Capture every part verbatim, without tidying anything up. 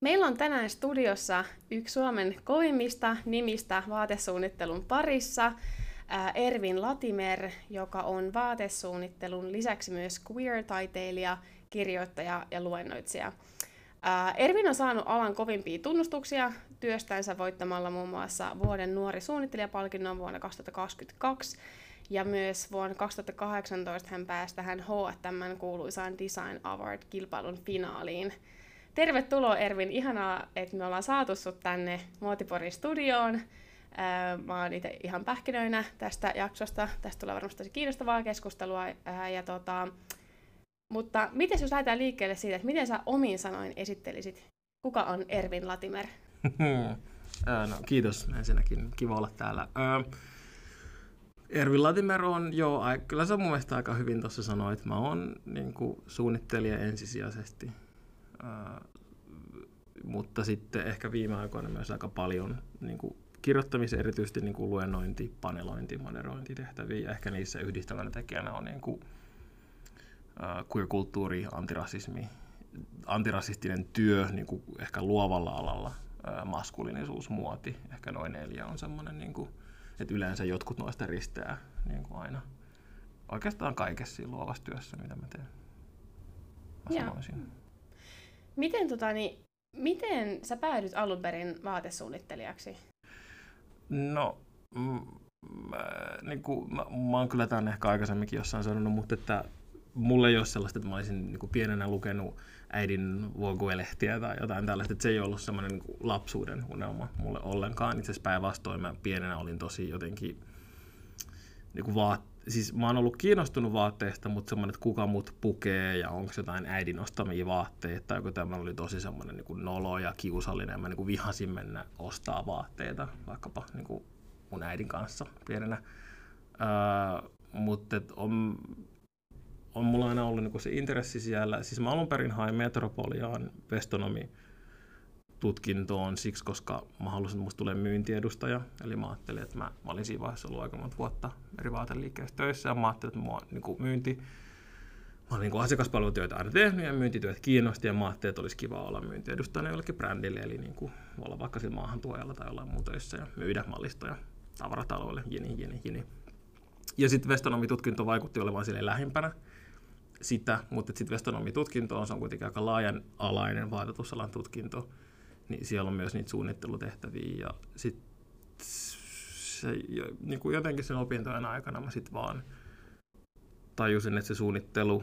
Meillä on tänään studiossa yksi Suomen kovimmista nimistä vaatesuunnittelun parissa, Ervin Latimer, joka on vaatesuunnittelun lisäksi myös queer-taiteilija, kirjoittaja ja luennoitsija. Ervin on saanut alan kovimpia tunnustuksia työstänsä voittamalla muun muassa vuoden nuori suunnittelijapalkinnon vuonna kaksituhattakaksikymmentäkaksi, ja myös vuonna kaksituhattakahdeksantoista hän pääsi tähän H and M:n kuuluisaan Design Award-kilpailun finaaliin. Tervetuloa Ervin, ihanaa, että me ollaan saatu sut tänne Muotiporin studioon. Mä oon itse ihan pähkinöinä tästä jaksosta, tästä tulee varmasti tosi kiinnostavaa keskustelua. Ja tota, mutta miten jos lähdetään liikkeelle siitä, että miten sä omin sanoin esittelisit, kuka on Ervin Latimer? no, kiitos ensinnäkin, kiva olla täällä. Ervin Latimer on, joo, kyllä sä mun mielestä aika hyvin tuossa sanoit, mä oon niin kuin suunnittelija ensisijaisesti. Uh, mutta sitten ehkä viime aikoina myös aika paljon niin kuin kirjoittamisen, erityisesti niin kuin luennointi, panelointi, moderointitehtäviä, ja ehkä niissä yhdistävänä tekijänä on niin kuin, uh, queer-kulttuuri, antirasismi, antirasistinen työ niin kuin ehkä luovalla alalla, uh, maskuliinisuus, muoti, ehkä noin neljä on semmoinen, niin kuin, että yleensä jotkut noista risteää niin kuin aina oikeastaan kaikessa siinä luovassa työssä, mitä mä teen. Mä sanoisin. Miten, tota, niin, miten sä päädyt alun perin vaatesuunnittelijaksi? No, m- mä, niin kuin, mä, mä oon kyllä tämän ehkä aikaisemminkin jossain sanonut, mutta että mulla ei ole sellaista, että mä olisin niin kuin pienenä lukenut äidin Vogue-lehtiä tai jotain tällaista, että se ei ollut semmoinen niin kuin lapsuuden unelma mulle ollenkaan. Itse asiassa päinvastoin mä pienenä olin tosi jotenkin niin kuin vaat Siis mä oon ollut kiinnostunut vaatteista, mutta semmoinen, että kuka mut pukee ja onko jotain äidin ostamia vaatteita tai joku tämmöinen oli tosi semmoinen niin kuin nolo ja kiusallinen. Mä niin kuin vihasin mennä ostaa vaatteita vaikkapa niin kuin mun äidin kanssa pienenä. Öö, mutta on, on mulla aina ollut niin kuin se intressi siellä. Siis mä alun perin hain Metropoliaan vestonomi tutkintoon siksi, koska mä halusin, että musta tulee myyntiedustaja. Eli mä ajattelin, että mä, mä olin siinä vaiheessa ollut aika monta vuotta eri vaateliikkeessä töissä. Ja mä ajattelin, että mua niin kuin myynti, mä olin niin asiakaspalvelutyötä aina tehnyt ja myyntityöt kiinnosti. Ja mä ajattelin, että olisi kiva olla myyntiedustajana jollekin brändille. Eli niin kuin olla vaikka sillä maahantuojalla tai jollain muun töissä ja myydä mallistoja tavarataloille, jini, jini, jini. Ja sitten vestonomitutkinto vaikutti olevan silleen lähimpänä sitä, mutta sitten vestonomitutkinto on, se on kuitenkin aika laajan alainen vaatetusalan tutkinto. Niin siellä on myös niitä suunnittelutehtäviä ja sit se, niin kuin jotenkin sen opintojen aikana mä sit vaan tajusin, että se suunnittelu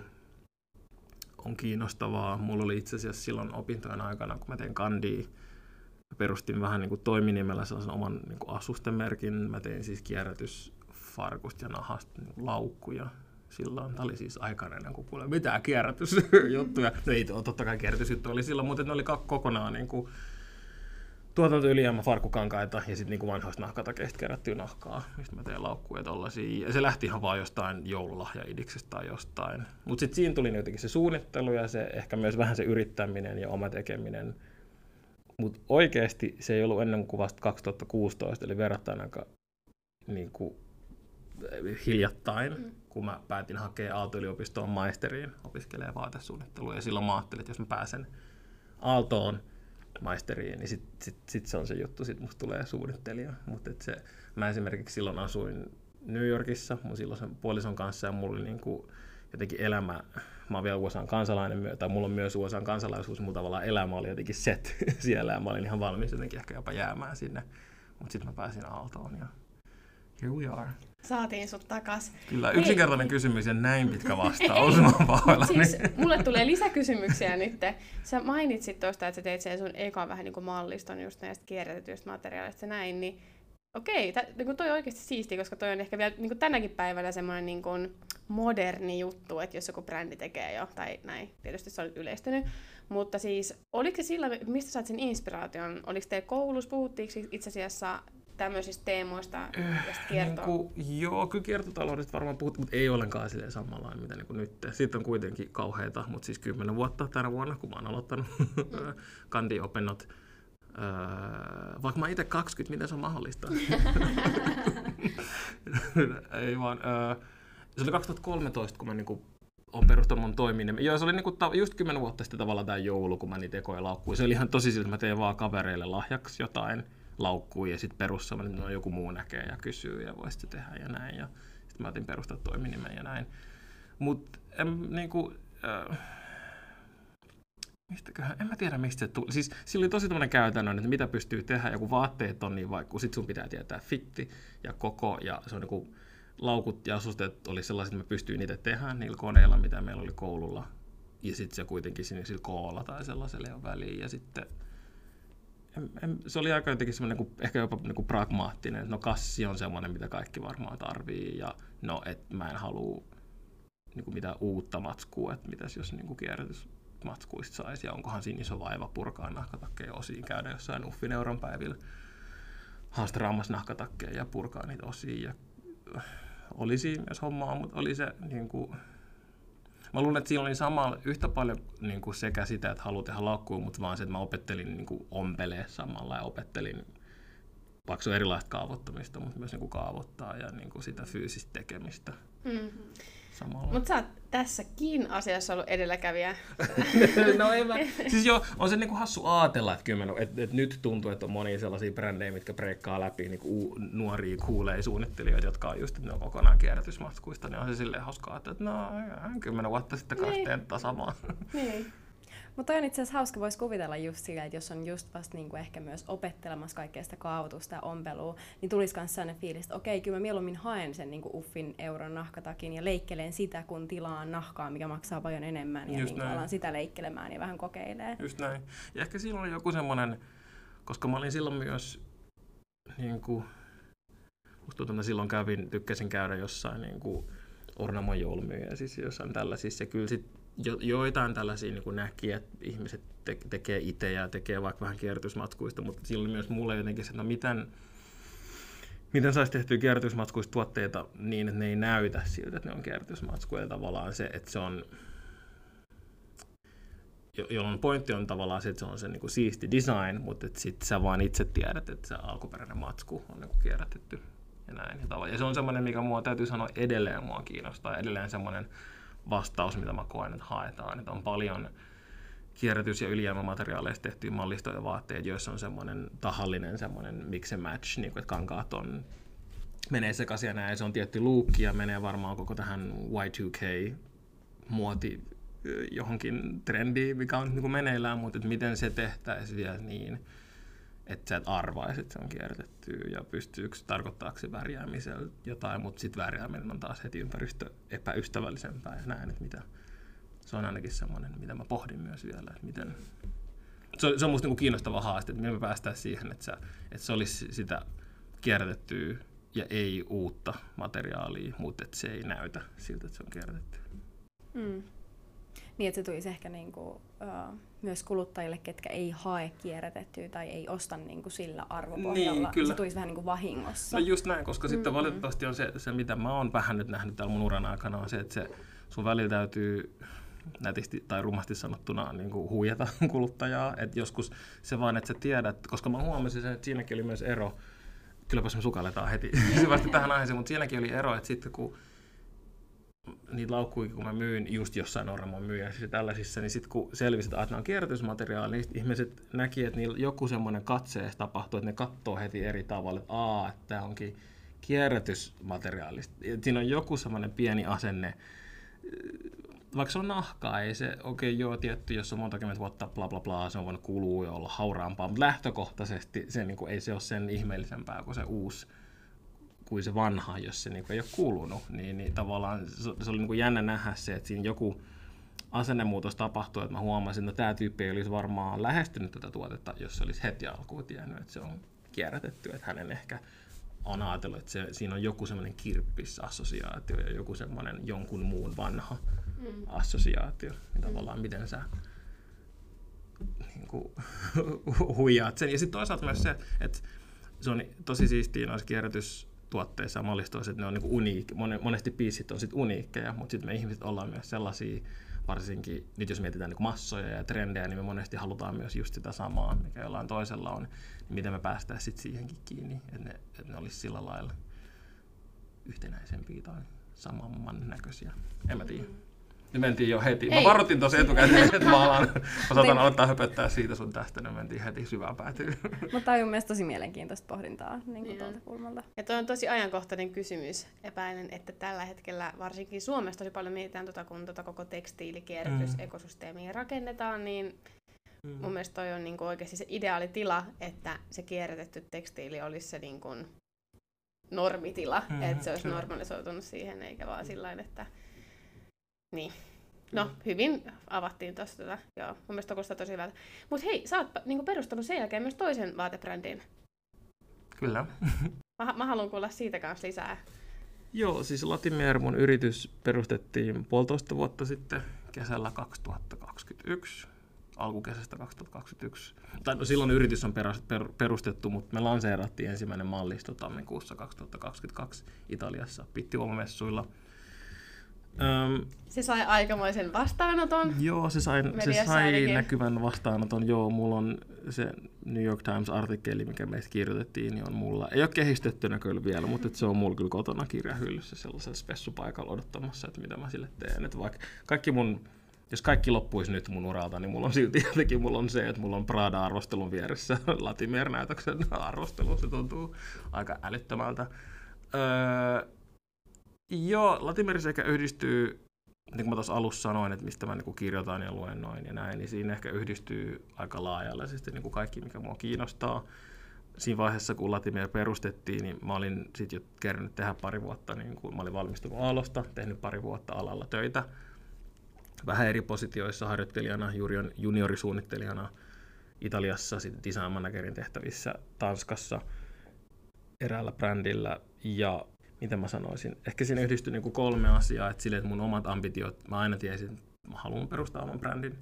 on kiinnostavaa. Mulla oli itse asiassa silloin opintojen aikana, kun mä tein kandia, mä perustin vähän niin kuin toiminimellä sellaisen oman niin kuin asustemerkin. Mä tein siis kierrätysfarkusta ja nahasta niin kuin laukkuja. Silloin, tämä oli siis aikana ennen kuin kuulee mitään kierrätysjuttuja. No ei totta kai kierrätysjuttuja oli silloin, mutta ne oli kokonaan niin kuin tuotantoylijäämä farkkukankaita ja sitten niin kuin vanhoista nahkatakeista kerättyä nahkaa, mistä mä teen laukkuja tollasia. Ja se lähti ihan vaan jostain joululahjaidiksestä tai jostain. Mutta sitten siinä tuli jotenkin se suunnittelu ja se ehkä myös vähän se yrittäminen ja oma tekeminen. Mutta oikeasti se ei ollut ennen kuin vasta kaksituhattakuusitoista, eli verrattain aika niin kuin hiljattain, mm. kun mä päätin hakea Aalto-yliopistoon maisteriin opiskelemaan vaatesuunnittelua. Ja silloin mä ajattelin, että jos mä pääsen Aaltoon maisteriin, niin sit, sit, sit se on se juttu, sit musta tulee suunnittelija. Mutta se, mä esimerkiksi silloin asuin New Yorkissa mun silloisen puolison kanssa ja mulla oli niinku jotenkin elämä, mä oon vielä U S A:n kansalainen, tai mulla on myös U S A:n kansalaisuus, mutta tavallaan elämä oli jotenkin set siellä ja mä olin ihan valmis jotenkin ehkä jopa jäämään sinne. Mutta sitten mä pääsin Aaltoon ja here we are. Saatiin sut takas. Kyllä, yksinkertainen Hei. kysymys ja näin pitkä vastaus. Ei, siis mulle tulee lisäkysymyksiä nyt. Sä mainitsit tuosta, että sä teit sen sun ekan vähän niin kuin malliston just näistä kierrätetyistä materiaaleista näin, niin okei, t- niin toi on oikeasti siistiä, koska toi on ehkä vielä niin kuin tänäkin päivänä semmoinen niin kuin moderni juttu, että jos joku brändi tekee jo, tai näin, tietysti se on nyt yleistynyt, mutta siis oliko se sillä, mistä saat sen inspiraation? Oliko teillä koulussa, puhuttiinko itse asiassa tämmöisistä teemoista, josta kiertoa? Niin joo, kyllä kiertotaloudesta varmaan puhuttiin, mutta ei ollenkaan silleen samanlainen, mitä niin kuin nyt. Sitten on kuitenkin kauheita, mutta siis kymmenen vuotta tänä vuonna, kun mä oon aloittanut mm. kandi-opinnot. Öö, vaikka mä itse kaksikymmentä, miten se on mahdollista? ei vaan. Öö, se oli kaksituhattakolmetoista, kun mä niinku on perustanut mun toiminnan. Joo, se oli niinku ta- just kymmenen vuotta sitten tavallaan tää joulu, kun mä niitä ekoja laukkuja. Se oli ihan tosi siltä, että mä tein vaan kavereille lahjaksi jotain laukkuja ja sitten perussa mä, no, joku muu näkee ja kysyy ja voisi tehdä ja näin. Ja sitten mä otin perustaa toiminimen ja näin. Mut en niinku... Äh, mistäköhän, en mä tiedä mistä se tuli. Siis sillä oli tosi tämmöinen käytännön, että mitä pystyy tehdä, ja kun vaatteet on niin vaikka, sit sun pitää tietää fitti ja koko, ja se on niinku laukut ja asusteet oli sellaiset, että mä pystyin niitä tehdä niillä koneilla, mitä meillä oli koululla. Ja sitten se kuitenkin siinä sillä koolla tai sellaiselle on väliin. Ja sitten en, en, se oli aika jotenkin semmoinen niinku, ehkä jopa niinku pragmaattinen, että no kassi on semmoinen, mitä kaikki varmaan tarvii. Ja no, että mä en halua niinku mitään uutta matskua, että mitäs jos niinku kierrätysmatskuista saisi. Ja onkohan siinä iso vaiva purkaa nahkatakkeja osiin, käydä jossain Uffin euron päivillä haastaraamassa nahkatakkeja ja purkaa niitä osiin. Ja oli siinä myös hommaa, mutta oli se niin kuin, mä luulen, että siinä oli sama, yhtä paljon niin kuin sekä sitä, että haluan tehdä laukkuja, mutta vaan se, että mä opettelin niin kuin ompelee samalla ja opettelin, vaikka se on erilaista kaavoittamista, mutta myös niin kuin kaavoittaa ja niin kuin sitä fyysistä tekemistä. Mm-hmm. Mutta sä oot tässäkin asiassa ollut edelläkävijä. No ei mä. Siis joo, on se niinku hassu aatella, että, kyllä, että, että nyt tuntuu, että on monia sellaisia brändejä, mitkä breikkaa läpi niinku nuoria kuuleja suunnittelijoita, jotka on just, että ne on kokonaan kierrätysmatskuista, niin on se silleen hauskaa, että no kymmenen vuotta sitten kahteen tasamaan. Niin. Mutta on itse asiassa hauska, voisi kuvitella just sillä, että jos on just vasta niinku ehkä myös opettelemassa kaikkea sitä kaavoitusta ja ompelua, niin tulisi myös sellainen fiilis, että okei, kyllä mä mieluummin haen sen niinku Uffin euron nahkatakin ja leikkelen sitä, kun tilaan nahkaa, mikä maksaa paljon enemmän ja niinku alan sitä leikkelemään ja vähän kokeilee. Just näin. Ja ehkä silloin oli joku semmoinen, koska mä olin silloin myös, niin kuin, musta tuntuu, että silloin kävin, tykkäsin käydä jossain niin kuin Ornamon joulumyyjä, siis jossain tällaisissa, ja kyllä sit Jo, joitain tällaisia niin kuin näki, että ihmiset te, tekee itse ja tekee vaikka vähän kierrätysmatskuista, mutta silloin myös mulle jotenkin se, että no miten, miten saisi tehtyä kierrätysmatskuista tuotteita niin, että ne ei näytä siltä, että ne on kierrätysmatskuja. Tavallaan se, että se on, jo, jolloin pointti on tavallaan se, että se on se niin kuin siisti design, mutta sitten sä vaan itse tiedät, että se alkuperäinen matsku on niin kuin kierrätetty ja näin. Ja, ja se on semmoinen, mikä mua täytyy sanoa edelleen mua kiinnostaa, edelleen semmoinen vastaus, mitä mä koen, että haetaan. Että on paljon kierrätys- ja ylijäämämateriaaleista tehtyjä mallistoja vaatteita, joissa on semmoinen tahallinen semmoinen mix and match, niin kuin, että kankaat on, menee sekaisin ja näin. Se on tietty luukki ja menee varmaan koko tähän Y two K-muoti johonkin trendiin, mikä on niin kuin meneillään, mutta että miten se tehtäisiin vielä niin, että sä et arvaisi, että se on kierrätetty ja pystyykö, tarkoittaako se värjäämisellä jotain, mutta sitten värjääminen on taas heti ympäristö epäystävällisempää ja näin, että mitä, se on ainakin semmoinen, mitä mä pohdin myös vielä, että miten, se on, se on musta niinku kiinnostava haaste, että miten me päästään siihen, että, sä, että se olisi sitä kierrätettyä ja ei uutta materiaalia, mutta että se ei näytä siltä, että se on kierrätetty. Mm. Niin, että se tulisi ehkä niinku, uh, myös kuluttajille, ketkä ei hae kierrätettyä tai ei osta niinku sillä arvopohjalla. Niin, se tulisi vähän niinku vahingossa. No just näin, koska mm-hmm. sitten valitettavasti on se, se, mitä mä oon vähän nyt nähnyt täällä mun uran aikana, on se, että se, sun välillä täytyy nätisti tai rumasti sanottuna niin kuin huijata kuluttajaa. Että joskus se vaan, että sä tiedät, koska mä huomasin sen, että siinäkin oli myös ero, kylläpäs me sukalletaan heti syvästi tähän aiheeseen, mutta siinäkin oli ero, että sitten kun niitä laukkuja, kun mä myyn just jossain Ornamon myyjässä ja tällaisissa, niin sitten kun selvisi, että nämä on kierrätysmateriaali, niin ihmiset näki, että niillä joku semmoinen katseessa tapahtuu, että ne katsoo heti eri tavalla, että aah, että tämä onkin kierrätysmateriaalista. Siinä on joku semmoinen pieni asenne, vaikka se on nahkaa, ei se, okei okay, joo, tietty, jos on monta kymmentä vuotta bla bla bla, se on voinut kulua ja olla hauraampaa, mutta lähtökohtaisesti se, niin kuin, ei se ole sen ihmeellisempää kuin se uusi, kuin se vanha, jos se niin kuin ei ole kulunut, niin, niin tavallaan se, se oli niin kuin jännä nähdä se, että siinä joku asennemuutos tapahtui, että mä huomasin, että tämä tyyppi ei olisi varmaan lähestynyt tätä tuotetta, jos se olisi heti alkuun tiennyt, että se on kierrätetty, että hänen ehkä on ajatellut, että se, siinä on joku semmoinen kirppisassosiaatio ja joku semmoinen jonkun muun vanha mm. assosiaatio, niin tavallaan miten sä niin kuin, huijaat sen. Ja sitten toisaalta myös se, että se on tosi siistiä noissa kierrätystuotteissa ja mallistoissa, että ne on niin kuin uniik, monesti biisit on sit uniikkeja, mutta sitten me ihmiset ollaan myös sellaisia, varsinkin nyt jos mietitään niin kuin massoja ja trendejä, niin me monesti halutaan myös just sitä samaa, mikä jollain toisella on, niin miten me päästään sitten siihenkin kiinni, että ne, että ne olisi sillä lailla yhtenäisempiä tai saman näköisiä. En mä tiedä. Ne mentiin jo heti. Mä Ei. varoitin tuossa etukäteen, että mä, alan, mä saatan aloittaa höpöttää siitä sun tästä, ne mentiin heti syvään päätyyn. Mutta tämä on mun mielestä tosi mielenkiintoista pohdintaa niin kuin tuolta kulmalta. Ja tuo on tosi ajankohtainen kysymys. Epäilen, että tällä hetkellä varsinkin Suomessa tosi paljon mietitään, tuota, kun tuota koko tekstiilikierrätysekosysteemiä mm. rakennetaan, niin mm. mun mielestä toi on niin kuin oikeasti se ideaali tila, että se kierrätetty tekstiili olisi se niin kuin normitila, mm, että se olisi kyllä. normalisoitunut siihen, eikä vaan sillain, että niin. No, hyvin avattiin tuosta tota. Joo, mun mielestä kuulostaa tosi hyvältä. Mut hei, sä oot niinku perustanut sen jälkeen myös toisen vaatebrändin. Kyllä. Mä, mä haluan kuulla siitä kanssa lisää. Joo, siis Latimer, mun yritys perustettiin puolitoista vuotta sitten kesällä kaksituhattakaksikymmentäyksi. Alkukesästä kaksituhattakaksikymmentäyksi. Tai no, silloin yritys on perustettu, mutta me lanseerattiin ensimmäinen mallisto tammikuussa kaksituhattakaksikymmentäkaksi Italiassa Pitti-Uomo-messuilla. Öm, se sai aikamoisen vastaanoton. Joo, se sai, se sai näkyvän vastaanoton. Joo, mulla on se New York Times-artikkeli, mikä meistä kirjoitettiin, niin on mulla. Ei ole kehistettynä kyllä vielä, mutta se on mulla kyllä kotona kirjahyllyssä sellaisella spessupaikalla odottamassa, että mitä mä sille teen. Että vaikka kaikki mun, jos kaikki loppuisi nyt mun uralta, niin mulla on silti jotenkin mulla on se, että mulla on Prada-arvostelun vieressä Latimer-näytöksen arvostelu. Se tuntuu aika älyttömältä. Öö, Joo, Latimerissä ehkä yhdistyy, niin kuin mä tuossa alussa sanoin, että mistä mä niin kuin kirjoitan ja luennoin ja näin, niin siinä ehkä yhdistyy aika laajallaisesti niin kuin kaikki, mikä mua kiinnostaa. Siinä vaiheessa, kun Latimer perustettiin, niin mä olin sitten jo kerännyt tehdä pari vuotta, niin kun mä olin valmistunut Aallosta, tehnyt pari vuotta alalla töitä. Vähän eri positioissa harjoittelijana, juniorisuunnittelijana Italiassa, sitten design managerin tehtävissä Tanskassa eräällä brändillä ja mitä mä sanoisin, ehkä siinä yhdistyi niinku kolme asiaa, että silleen, että mun omat ambitiot, mä aina tiesin, että mä haluan perustaa oman brändin,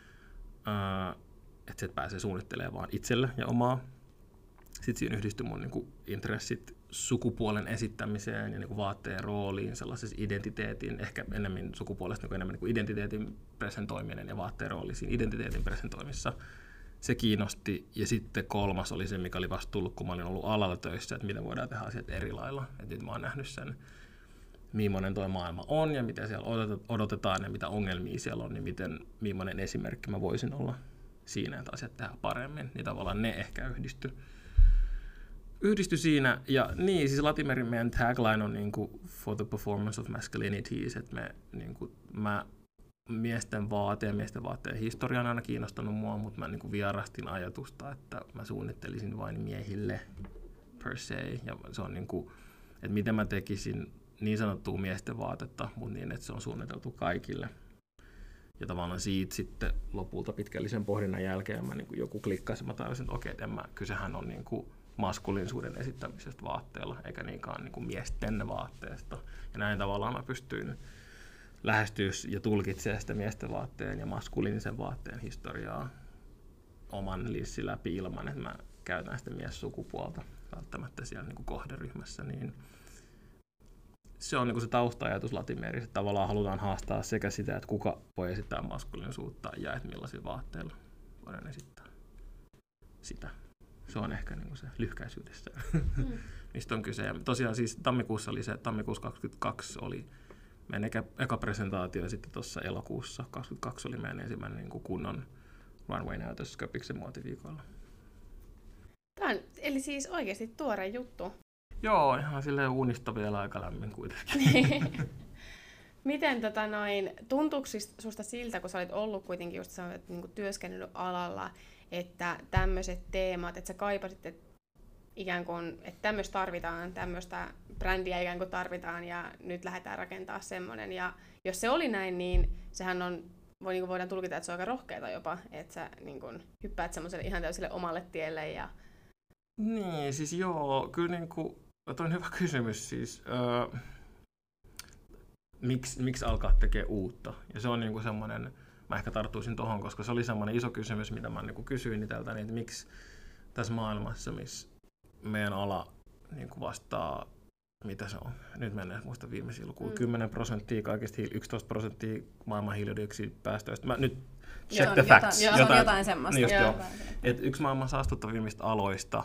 uh, että se pääsee suunnittelemaan vaan itselle ja omaa. Sitten siinä yhdistyi mun niinku intressit sukupuolen esittämiseen ja niinku vaatteen rooliin, sellaisessa identiteetin, ehkä enemmän sukupuolesta niinku enemmän niinku identiteetin presentoiminen ja vaatteen rooli siinä identiteetin presentoimissa. Se kiinnosti, ja sitten kolmas oli se, mikä oli vasta tullut, kun mä olin ollut alalla töissä, että miten voidaan tehdä asiat eri lailla. Et nyt mä oon nähnyt sen, millainen tuo maailma on, ja mitä siellä odotetaan, ja mitä ongelmia siellä on, niin miten, millainen esimerkki mä voisin olla siinä, että asiat tehdään paremmin. Niin tavallaan ne ehkä yhdisty, yhdisty siinä. Ja niin, siis Latimerin meidän tagline on niin kuin for the performance of masculinities, että me, niin kuin, mä miesten vaate ja miesten vaatteen historia on aina kiinnostanut mua, mutta mä niin kuin vierastin ajatusta, että mä suunnittelisin vain miehille per se. Ja se on niin kuin, että miten mä tekisin niin sanottua miesten vaatetta, mutta niin, että se on suunniteltu kaikille. Ja tavallaan siitä sitten lopulta pitkällisen pohdinnan jälkeen mä niin kuin joku klikkasi, mä tajusin, että okei, että mä, kysehän on niin kuin maskuliinisuuden esittämisestä vaatteella, eikä niinkään niin kuin miesten vaatteesta. Ja näin tavallaan mä pystyin lähestyä ja tulkitsemaan sitä miesten vaatteen ja maskuliinisen vaatteen historiaa oman linssin läpi ilman, että mä käytän sitä miessukupuolta välttämättä siellä niin kuin kohderyhmässä. Niin se on niin kuin se tausta-ajatus Latimerissä, että tavallaan halutaan haastaa sekä sitä, että kuka voi esittää maskuliinisuutta ja että millaisilla vaatteilla voidaan esittää sitä. Se on ehkä niin kuin se lyhkäisyydessä, mm. mistä on kyse. Ja tosiaan siis tammikuussa oli se, tammikuussa kaksikymmentäkaksi oli meidän eka, eka presentaatio ja sitten tuossa elokuussa kaksikymmentäkaksi oli meidän ensimmäinen niin kuin kunnon runway-näytös Köpiksen muotiviikolla. Tämä on, eli siis oikeasti tuore juttu. Joo, ihan silleen uunista vielä aika lämmin kuitenkin. Miten tota noin, tuntuuko susta siltä, kun sä olit ollut kuitenkin just sanoit, että niin kuin työskennellyt alalla, että tämmöiset teemat, että sä kaipasit, että ikään kuin, että tämmöistä tarvitaan, tämmöistä brändiä ikään kuin tarvitaan ja nyt lähdetään rakentamaan semmoinen. Ja jos se oli näin, niin sehän on, voi, niin kuin voidaan tulkita, että se on aika rohkeata jopa, että sä niin kuin hyppäät semmoiselle ihan täysille omalle tielle. Ja niin, siis joo, kyllä niin kuin, toi on hyvä kysymys siis. Öö, miksi, miksi alkaa tekemään uutta? Ja se on niin kuin semmoinen, mä ehkä tarttuisin tohon, koska se oli semmoinen iso kysymys, mitä mä niin kuin kysyin itseltä, niin että miksi tässä maailmassa, missä meidän ala niin kuin vastaa, mitä se on, nyt mennään muista viimeisiä lukuja, mm. kymmenen prosenttia kaikista, yksitoista prosenttia maailman hiilidioksidipäästöistä. Mä nyt check joo, the jotain, facts. Joo, jotain, jotain semmoista. Niin joo. Et yksi maailman saastuttavimmista aloista,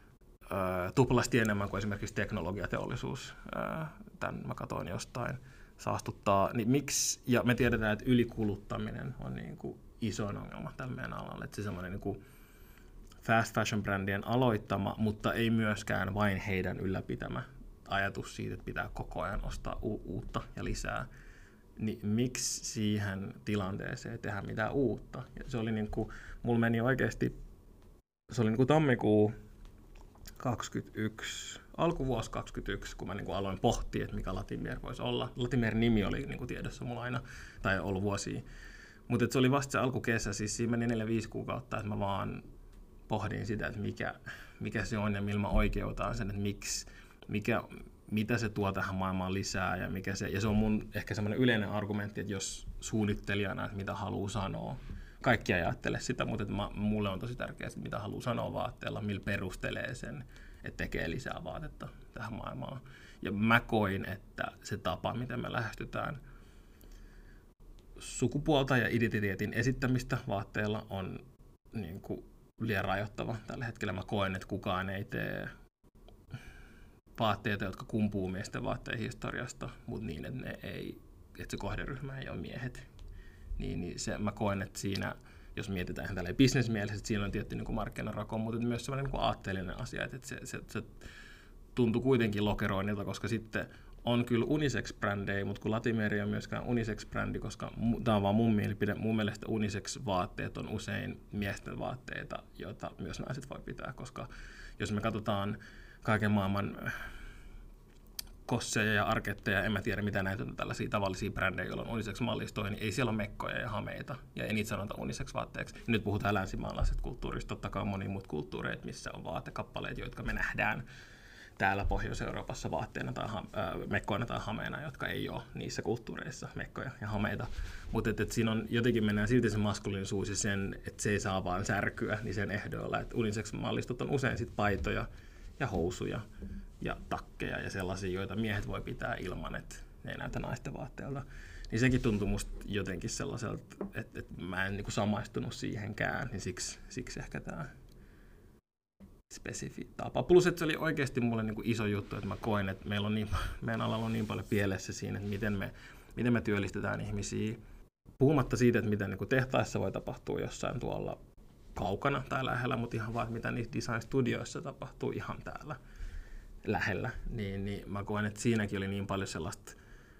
äh, tuplasti enemmän kuin esimerkiksi teknologiateollisuus, äh, tämän mä katsoin jostain, saastuttaa, niin miksi, ja me tiedetään, että ylikuluttaminen on niin kuin isoin ongelma tällä meidän alalla, että se semmoinen niin kuin fast fashion-brändien aloittama, mutta ei myöskään vain heidän ylläpitämä ajatus siitä, että pitää koko ajan ostaa u- uutta ja lisää, niin miksi siihen tilanteeseen tehdä mitään uutta? Ja se oli niin kuin, mulla meni oikeasti, se oli niin kuin tammikuu kaksikymmentäyksi, alkuvuosi kaksikymmentäyksi, kun mä niin kuin aloin pohtia, että mikä Latimer voisi olla. Latimerin nimi oli niin kuin tiedossa mulla aina, tai ollut vuosia. Mutta se oli vasta se alkukesä, siis siinä meni neljä viisi kuukautta, että mä vaan pohdin sitä, että mikä, mikä se on ja millä mä oikeutaan sen, että miksi, mikä, mitä se tuo tähän maailmaan lisää. Ja, mikä se, ja se on mun ehkä semmoinen yleinen argumentti, että jos suunnittelijana, että mitä haluaa sanoa, kaikki ei ajattele sitä, mutta että mä, mulle on tosi tärkeää, että mitä haluaa sanoa vaatteella, millä perustelee sen, että tekee lisää vaatetta tähän maailmaan. Ja mä koin, että se tapa, miten me lähestytään sukupuolta ja identiteetin esittämistä vaatteella on niin kuin liian rajoittava. Tällä hetkellä mä koen, että kukaan ei tee vaatteita, jotka kumpuu miesten vaatteen historiasta, mutta niin, että, ne ei, että se kohderyhmä ei ole miehet. Niin, niin se, mä koen, että siinä, jos mietitään ihan tälleen bisnesmielessä, että siinä on tietty niin kuin markkinarako, mutta myös sellainen niin kuin aatteellinen asia, että se, se, se tuntui kuitenkin lokeroinnilta, koska sitten on kyllä unisex-brändejä, mutta kun Latimer ei ole myöskään unisex-brändi, koska tämä on vaan mun mielipide, mun mielestä unisex-vaatteet on usein miesten vaatteita, joita myös naiset voi pitää, koska jos me katsotaan kaiken maailman kosseja ja arketteja, en mä tiedä mitä näitä on tällaisia tavallisia brändejä, joilla on unisex-mallistoja, niin ei siellä ole mekkoja ja hameita, ja ei niitä sanota unisex-vaatteeksi. Ja nyt puhutaan länsimaalaisesta kulttuurista, totta kai on monia muita kulttuureita, missä on vaatekappaleet, jotka me nähdään täällä Pohjois-Euroopassa vaatteena tai ha- äh, mekkoina tai hameina, jotka ei ole niissä kulttuureissa mekkoja ja hameita. Mutta et, et siinä on jotenkin mennään silti se maskuliinisuus ja sen, että se ei saa vaan särkyä, niin sen ehdoilla, että unisex-mallistot on usein sit paitoja ja housuja ja takkeja ja sellaisia, joita miehet voi pitää ilman, että ne ei näytä naisten vaatteelta. Niin sekin tuntui musta jotenkin sellaiselta, että, että mä en niinku samaistunut siihenkään, niin siksi, siksi ehkä tämä spesifi tapa. Plus, että se oli oikeasti mulle niinku iso juttu, että mä koen, että meillä on niin, meidän alalla on niin paljon pielessä siinä, että miten me, miten me työllistetään ihmisiä. Puhumatta siitä, että mitä niinku tehtaissa voi tapahtua jossain tuolla kaukana tai lähellä, mutta ihan vaan, että mitä niissä design-studioissa tapahtuu ihan täällä lähellä, niin, niin mä koen, että siinäkin oli niin paljon sellaista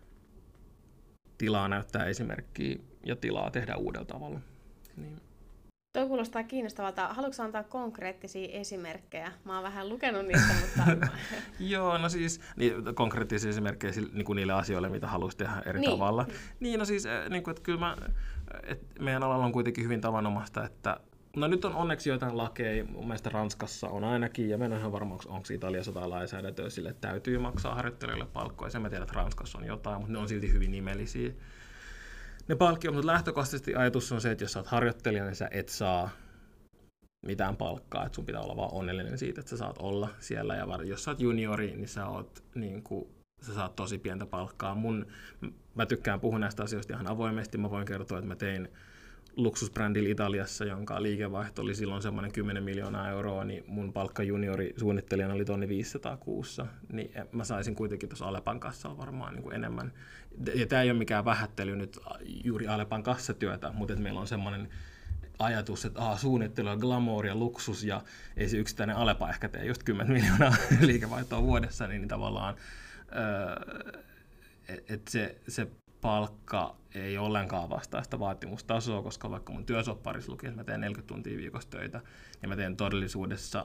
tilaa näyttää esimerkkiä ja tilaa tehdä uudella tavalla. Niin. Tuo kuulostaa kiinnostavalta. Haluatko antaa konkreettisia esimerkkejä? Mä oon vähän lukenut niistä, mutta... Joo, no siis niin, konkreettisia esimerkkejä niin kuin niille asioille, mitä haluaisi tehdä eri niin. tavalla. Niin, no siis, niin kuin, että kyllä mä, että meidän alalla on kuitenkin hyvin tavanomaista, että no nyt on onneksi joitain lakeja, mun mielestä Ranskassa on ainakin, ja mä en ole ihan varma, onko Italiassa jotain lainsäädäntöä sille, että täytyy maksaa harjoittelijoille palkkoja. Sen mä tiedän, että Ranskassa on jotain, mutta ne on silti hyvin nimellisiä. Ne palkkiot, mutta lähtökohtaisesti ajatus on se, että jos sä oot harjoittelija, niin sä et saa mitään palkkaa, että sun pitää olla vaan onnellinen siitä, että sä saat olla siellä, ja jos sä oot juniori, niin sä, oot, niin kuin, sä saat tosi pientä palkkaa. Mun, mä tykkään puhua näistä asioista ihan avoimesti, mä voin kertoa, että mä tein luksusbrändillä Italiassa, jonka liikevaihto oli silloin semmoinen kymmenen miljoonaa euroa, niin mun palkka juniori suunnittelijana oli tonni viisisataa kuussa, niin mä saisin kuitenkin tuossa Alepan kassalla varmaan niin kuin enemmän. Ja tämä ei ole mikään vähättely nyt juuri Alepan kassatyötä, mutta että meillä on semmoinen ajatus, että ah, suunnittelu ja glamour ja luksus ja ei se yksittäinen Alepa ehkä tee just kymmenen miljoonaa liikevaihtoa vuodessa, niin tavallaan öö, että se, se palkka ei ollenkaan vastaa sitä vaatimustasoa, koska vaikka mun työsopparissa luki, että mä teen neljäkymmentä tuntia viikossa töitä, ja mä teen todellisuudessa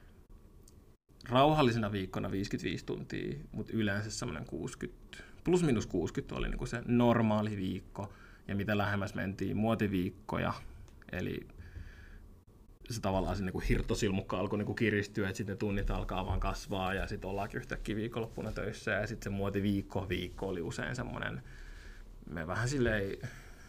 rauhallisena viikkona viisikymmentäviisi tuntia, mutta yleensä semmoinen kuusikymmentä, plus minus kuusikymmentä oli niinku se normaali viikko, ja mitä lähemmäs mentiin muotiviikkoja, eli se tavallaan se niinku hirttosilmukka alkoi niinku kiristyä, että sitten ne tunnit alkaa vaan kasvaa, ja sitten ollaankin yhtäkkiä viikonloppuna töissä, ja sitten se muotiviikko viikko oli usein semmoinen, me vähän silleen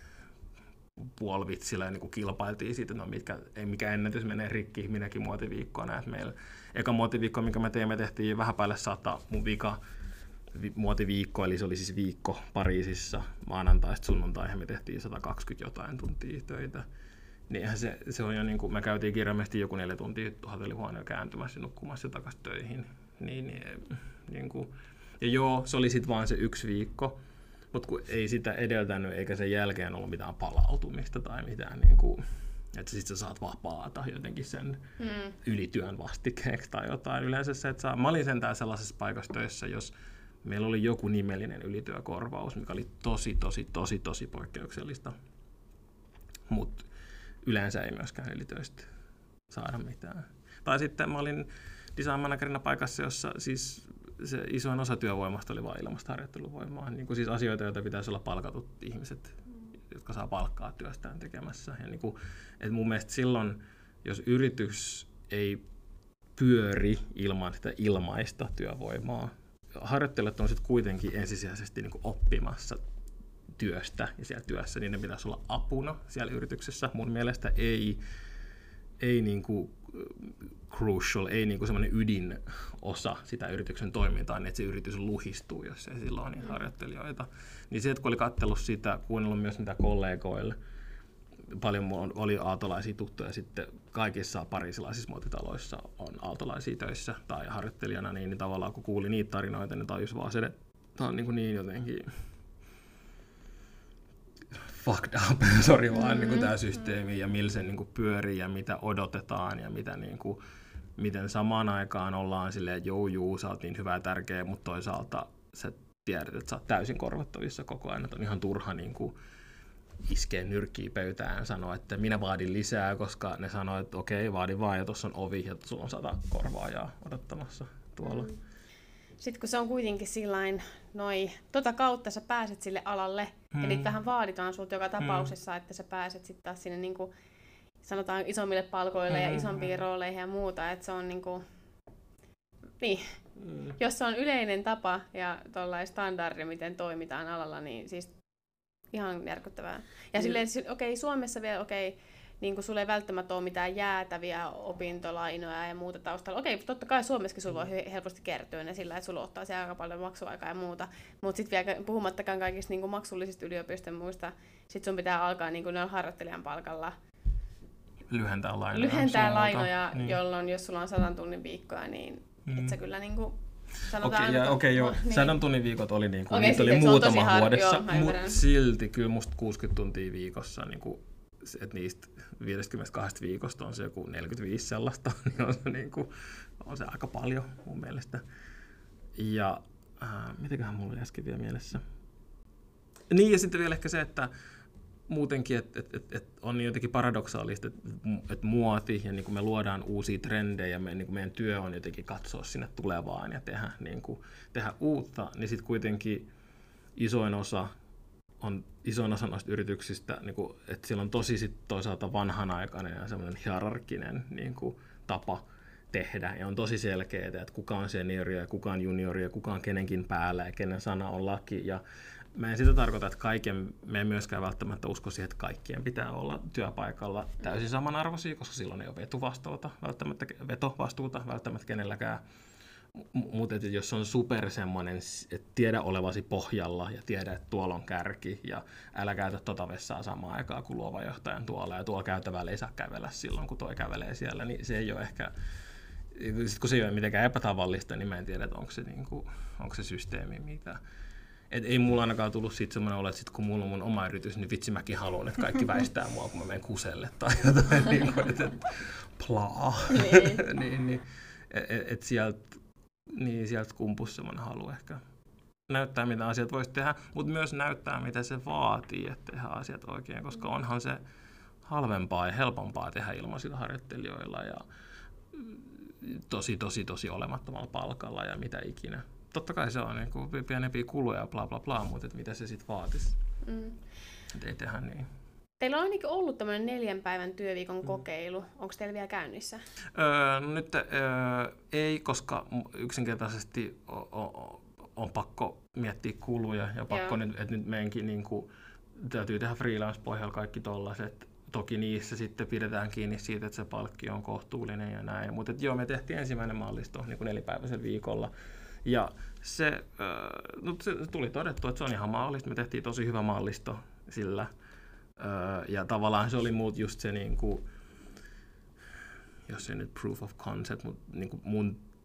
puolivitsillä niin kuin kilpailtiin siitä, no mitkä, ei mikä ennätys menee rikki minäkin muotiviikkoina. Meillä eka muotiviikko, minkä me teimme, tehtiin vähän päälle sata mun vika vi, muotiviikko, eli se oli siis viikko Pariisissa maanantaista sunnuntaihin, me tehtiin sata kaksikymmentä jotain tuntia töitä. Niinhän se, se on jo niin kuin, me käytiin kirjaimesti joku neljä tuntia hotellihuoneen kääntymässä ja nukkumassa takaisin töihin. Niin, niin, niin kuin, ja joo, se oli sitten vaan se yksi viikko. Mutta kun ei sitä edeltänyt eikä sen jälkeen ollut mitään palautumista tai mitään, niin kuin, että sitten sä saat vapaata jotenkin sen mm. ylityön vastikkeeksi tai jotain. Yleensä se, että saa, mä olin sentään sellaisessa paikassa töissä, jos meillä oli joku nimellinen ylityökorvaus, mikä oli tosi, tosi, tosi, tosi poikkeuksellista. Mutta yleensä ei myöskään ylitöistä saada mitään. Tai sitten mä olin design managerina paikassa, jossa siis se isoin osa työvoimasta oli vain ilmasta harjoitteluvoimaa. Niin kuin siis asioita, joita pitäisi olla palkatut ihmiset, jotka saa palkkaa työstään tekemässä. Ja niin kuin, että mun mielestä silloin, jos yritys ei pyöri ilman sitä ilmaista työvoimaa, harjoittelijat on sitten kuitenkin ensisijaisesti niin kuin oppimassa työstä ja siellä työssä, niin ne pitäisi olla apuna siellä yrityksessä. Mun mielestä ei, ei niin kuin crucial, ei niin kuin semmoinen ydinosa sitä yrityksen toimintaa, niin että se yritys luhistuu, jos ei sillä ole niitä harjoittelijoita. Niin se, että kun oli katsellut sitä, kuunnellut myös mitä kollegoille, paljon mulla oli aaltolaisia tuttuja, sitten kaikissa parisilaisissa muotitaloissa on aaltolaisia töissä tai harjoittelijana, niin, niin tavallaan kun kuuli niitä tarinoita, niin tajus vaan se, että tämä on niin, niin jotenkin fucked up, sori vaan mm-hmm. niin tämä systeemi ja millä se niin kuin pyörii ja mitä odotetaan ja mitä, niin kuin, miten samaan aikaan ollaan silleen, että joo, juu, sä oot niin hyvä ja tärkeä, mutta toisaalta sä tiedät, että sä oot täysin korvattavissa koko ajan, että on ihan turha niin kuin iskee nyrkkiä pöytään ja sanoa, että minä vaadin lisää, koska ne sanoo, että okei, vaadin vaan ja tuossa on ovi ja sulla on sata korvaajaa odottamassa tuolla. Mm. Sitten kun se on kuitenkin sillain, noi, tota kautta sä pääset sille alalle, mm. ja niitä vähän vaaditaan sulta joka tapauksessa, mm. että sä pääset sitten taas sinne niinku, sanotaan isommille palkoille mm. ja isompiin rooleihin ja muuta, että se on niinku, niin, mm. jos se on yleinen tapa ja tollainen standardi, miten toimitaan alalla, niin siis ihan järkyttävää. Ja mm. silleen, okei, okay, Suomessa vielä, okei, okay, niin kuin sulla ei välttämättä ole mitään jäätäviä opintolainoja ja muuta taustalla. Okei, totta kai Suomessakin sulla voi helposti kertyä ne sillä, että sulla ottaa siellä aika paljon maksuaikaa ja muuta. Mutta sitten vielä puhumattakaan kaikista niin kuin maksullisista yliopistojen muista, sitten sun pitää alkaa niin kuin noilla harjoittelijan palkalla lyhentää lainoja, lyhentää lainoja niin. Jolloin jos sulla on sadan tunnin viikkoja, niin mm. et sä kyllä niin kuin sanotaan... Okei, okay, okay, joo. Niin. Sadan tunnin viikot oli, niin kuin, okay, niitä oli muutama har- vuodessa, mutta silti kyllä musta kuusikymmentä tuntia viikossa, niin kuin, että niistä viisikymmentäkaksi viikosta on se joku neljäkymmentäviisi sellaista, niin on se, niin kuin, on se aika paljon mun mielestä. Ja äh, mitäköhän mulla oli äsken vielä mielessä? Niin, ja sitten vielä ehkä se, että muutenkin, että et, et, et on jotenkin paradoksaalista, että et muoti ja niin kuin me luodaan uusia trendejä, me, niin kuin meidän työ on jotenkin katsoa sinne tulevaan ja tehdä, niin kuin, tehdä uutta, niin sitten kuitenkin isoin osa on isoin osa noista yrityksistä, niin kuin, että siellä on tosi sit toisaalta vanhanaikainen ja semmoinen hierarkkinen niin kuin, tapa tehdä. Ja on tosi selkeää, että kuka on senioria ja kuka on junioria ja kuka on kenenkin päällä ja kenen sana on laki. Ja mä en sitä tarkoita, että kaiken, me ei myöskään välttämättä usko siihen, että kaikkien pitää olla työpaikalla täysin samanarvoisia, koska silloin ei ole vetovastuuta välttämättä, vetovastuuta välttämättä kenelläkään. Mutta jos on super semmoinen, että tiedä olevasi pohjalla ja tiedä, että tuolla on kärki ja älä käytä tota vessaa samaan aikaan kuin luova johtajan tuolla ja tuolla käytävällä ei saa kävellä silloin, kun toi kävelee siellä, niin se ei ole ehkä, sit kun se ei ole mitenkään epätavallista, niin mä en tiedä, että onko se, niinku, onko se systeemi mitä. Et ei mulla ainakaan tullut siitä semmoinen olo, että sit kun mulla on mun oma yritys, niin vitsi mäkin haluan, että kaikki väistää mua, kun mä menen kuselle tai jotain, niin kuin, että et, plaa. Niin. niin, niin, et, et sieltä Niin, sieltä kumpusi semmoinen halu ehkä näyttää, mitä asiat voisi tehdä, mutta myös näyttää, mitä se vaatii, että tehdään asiat oikein, koska onhan se halvempaa ja helpompaa tehdä ilmaisilla harjoittelijoilla ja tosi, tosi, tosi olemattomalla palkalla ja mitä ikinä. Totta kai se on niin kuin pienempiä kuluja ja bla bla bla, mutta et mitä se sitten vaatisi, mm. että ei tehdä niin. Teillä on ainakin ollut tämmöinen neljän päivän työviikon kokeilu. Onko teillä vielä käynnissä? Öö, no nyt öö, ei, koska yksinkertaisesti on, on, on pakko miettiä kuluja ja pakko nyt, että nyt meidänkin niin kuin, täytyy tehdä freelance-pohjalla kaikki tollaiset. Toki niissä sitten pidetään kiinni siitä, että se palkki on kohtuullinen ja näin. Mutta joo, me tehtiin ensimmäinen mallisto niin kuin nelipäiväisellä viikolla. Ja se, öö, no, se tuli todettu, että se on ihan mahdollista. Me tehtiin tosi hyvä mallisto sillä. Ja tavallaan se oli muut just se, niin kuin, jos ei nyt proof of concept, mutta niin kuin mun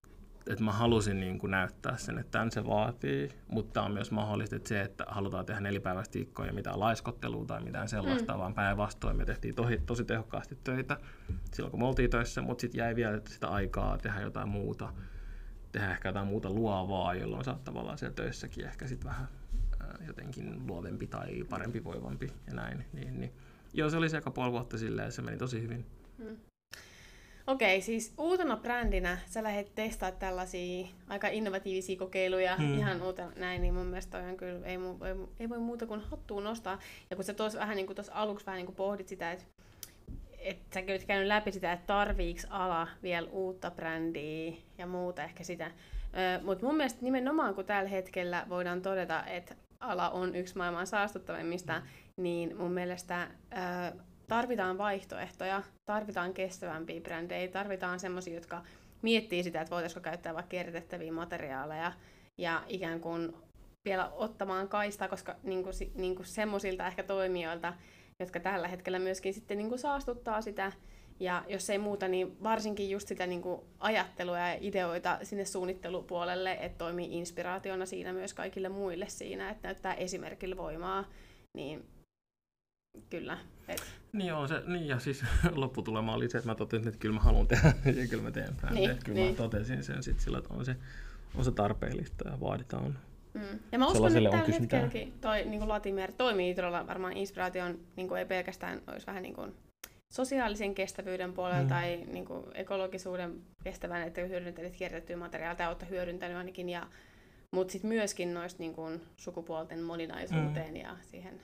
et mä halusin niin kuin näyttää sen, että tämän se vaatii, mutta on myös mahdollista, että se, että halutaan tehdä nelipäiväistä viikkoa ja mitään laiskottelua tai mitään sellaista, mm. vaan päinvastoin me tehtiin tosi, tosi tehokkaasti töitä silloin, kun me oltiin töissä, mutta sitten jäi vielä sitä aikaa tehdä jotain muuta, tehdä ehkä jotain muuta luovaa, jolloin sä oot tavallaan siellä töissäkin ehkä sitten vähän ää, jotenkin luovempi tai parempi voivampi ja näin. Niin, niin. Joo, se oli se eka puoli vuotta silleen, se meni tosi hyvin. Mm. Okei, siis uutena brändinä sä lähdet testaamaan tällaisia aika innovatiivisia kokeiluja hmm. ihan uutena näin, niin mun mielestä toi on kyllä, ei, mu, ei, ei voi muuta kuin hattuun nostaa. Ja kun sä tuossa vähän niin kuin tuossa aluksi vähän niin kuin pohdit sitä, että et sä olet käynyt läpi sitä, että tarviiks ala vielä uutta brändiä ja muuta ehkä sitä. Mutta mun mielestä nimenomaan kun tällä hetkellä voidaan todeta, että ala on yksi maailman saastuttavimmista, hmm. niin mun mielestä ö, tarvitaan vaihtoehtoja, tarvitaan kestävämpiä brändejä, tarvitaan semmoisia, jotka miettii sitä, että voitaisiko käyttää vaikka kierrätettäviä materiaaleja ja ikään kuin vielä ottamaan kaistaa, koska niinku, niinku semmoisilta ehkä toimijoilta, jotka tällä hetkellä myöskin sitten niinku saastuttaa sitä. Ja jos ei muuta, niin varsinkin just sitä niinku ajattelua ja ideoita sinne suunnittelupuolelle, että toimii inspiraationa siinä myös kaikille muille siinä, että näyttää esimerkillä voimaa, niin kyllä. Et. Niin on se, niin ja siis lopputulema oli se, että mä totesin, että kyllä mä haluan tehdä ja kyllä mä teen brändejä. Niin, kyllä niin. Mä totesin sen sitten sillä, että on se, on se tarpeellista ja vaaditaan. Mm. Ja mä uskon, että tällä hetkelläkin toi niin Latimer toimii todella varmaan inspiraation, niin kuin ei pelkästään olisi vähän niin kuin sosiaalisen kestävyyden puolella mm. tai niin kuin ekologisuuden kestävän, että hyödyntänyt kierrätettyä materiaalia tai olette hyödyntänyt ainakin, ja, mutta sitten myöskin noista niin kuin sukupuolten moninaisuuteen mm. ja siihen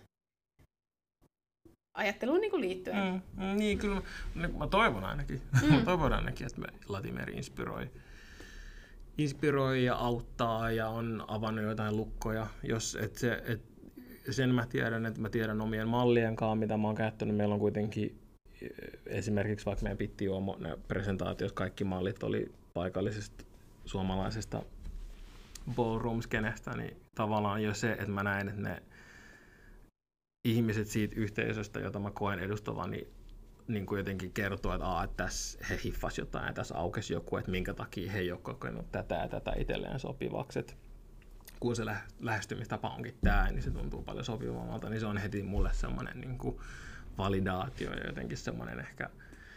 ajatteluun niin kuin liittyen. Mm, niin, kyllä mä, mä toivon ainakin, mm. mä toivon ainakin, että me Latimer inspiroi, inspiroi ja auttaa ja on avannut jotain lukkoja. Jos, et se, et sen mä tiedän, että mä tiedän omien mallien kanssa, mitä mä oon käyttänyt. Meillä on kuitenkin esimerkiksi vaikka meidän Pitti-presentaatiossa kaikki mallit oli paikallisesta suomalaisesta ballroom-skenestä, niin tavallaan jo se, että mä näen, että ne ihmiset siitä yhteisöstä, jota mä koen edustavan, niin, niin kuin jotenkin kertoo, että, aa, että tässä he hiffas jotain ja tässä aukesi joku, että minkä takia he ei ole kokenut tätä ja tätä itselleen sopivaksi. Et kun se lähestymistapa onkin tämä, niin se tuntuu paljon sopivammalta, niin se on heti mulle semmoinen niin kuin validaatio ja jotenkin semmoinen ehkä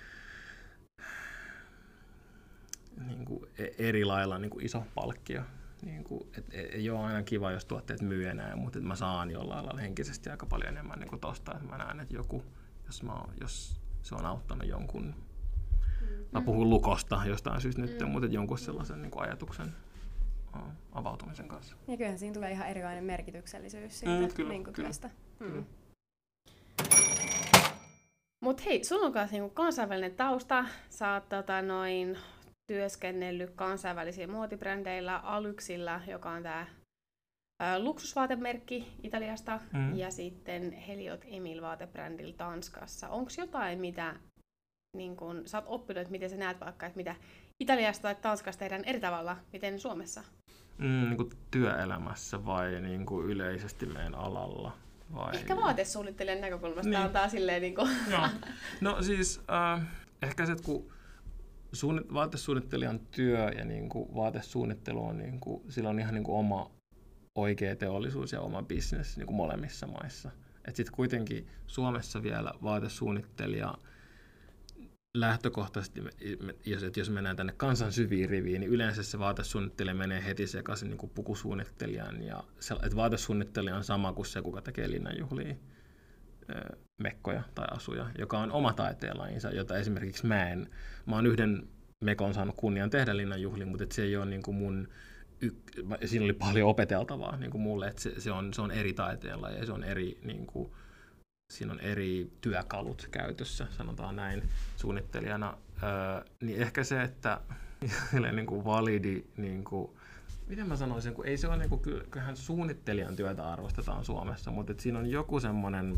niin kuin eri lailla niin kuin iso palkkio. Niin kuin, et, ei ole aina kiva, jos tuotteet myy enää, mutta mä saan jollain lailla henkisesti aika paljon enemmän niin kuin tosta, että mä näen, että joku, jos, mä, jos se on auttanut jonkun, mm. mä puhun lukosta jostain syystä nyt, mm. mutta jonkun sellaisen niin kuin ajatuksen uh, avautumisen kanssa. Ja kyllähän siinä tulee ihan erilainen merkityksellisyys siitä mm, kyllä, niin kuin kyllä, työstä. Kyllä. Mm. Mut hei, sulla on kanssa niinku kansainvälinen tausta, sä oot tota, noin työskennellyt kansainvälisillä muotibränddeillä, Alyxilla, joka on tää ä, luksusvaatemerkki Italiasta, mm. ja sitten Heliot Emil vaatebrändillä Tanskassa. Onko jotain, mitä niin kun, sä oot oppinut, että miten sä näet vaikka, että mitä Italiasta tai Tanskasta tehdään eri tavalla, miten Suomessa? Mm, niin kuin työelämässä vai niin kuin yleisesti meidän alalla? Vai... Ehkä vaatesuunnittelijan näkökulmasta niin. On taas silleen niin kuin... Joo. No siis äh, ehkä se, että kun suunnit- vaatesuunnittelijan työ ja niin kuin vaatesuunnittelu on, niin kuin, sillä on ihan niin kuin oma oikea teollisuus ja oma business niin kuin molemmissa maissa. Et sit kuitenkin Suomessa vielä vaatesuunnittelija lähtökohtaisesti, jos, jos mennään tänne kansan syviin riviin, niin yleensä se vaatesuunnittelija menee heti sekaisin niin kuin pukusuunnittelijan. Ja se, että vaatesuunnittelija on sama kuin se, kuka tekee linnanjuhlia, mekkoja tai asuja, joka on oma taiteenlajinsa, jota esimerkiksi mä en. Mä oon yhden mekon saanut kunnian tehdä linnanjuhlia, mutta se ei ole niin kuin mun, siinä oli paljon opeteltavaa niin kuin mulle, että se, se, on, se on eri taiteenlaji ja se on eri... Niin kuin, siinä on eri työkalut käytössä, sanotaan näin, suunnittelijana. Öö, niin ehkä se, että niin kuin validi, niin kuin, miten mä sanoisin, kun ei se ole, niin kuin, kyllähän suunnittelijan työtä arvostetaan Suomessa, mutta että siinä on joku semmoinen,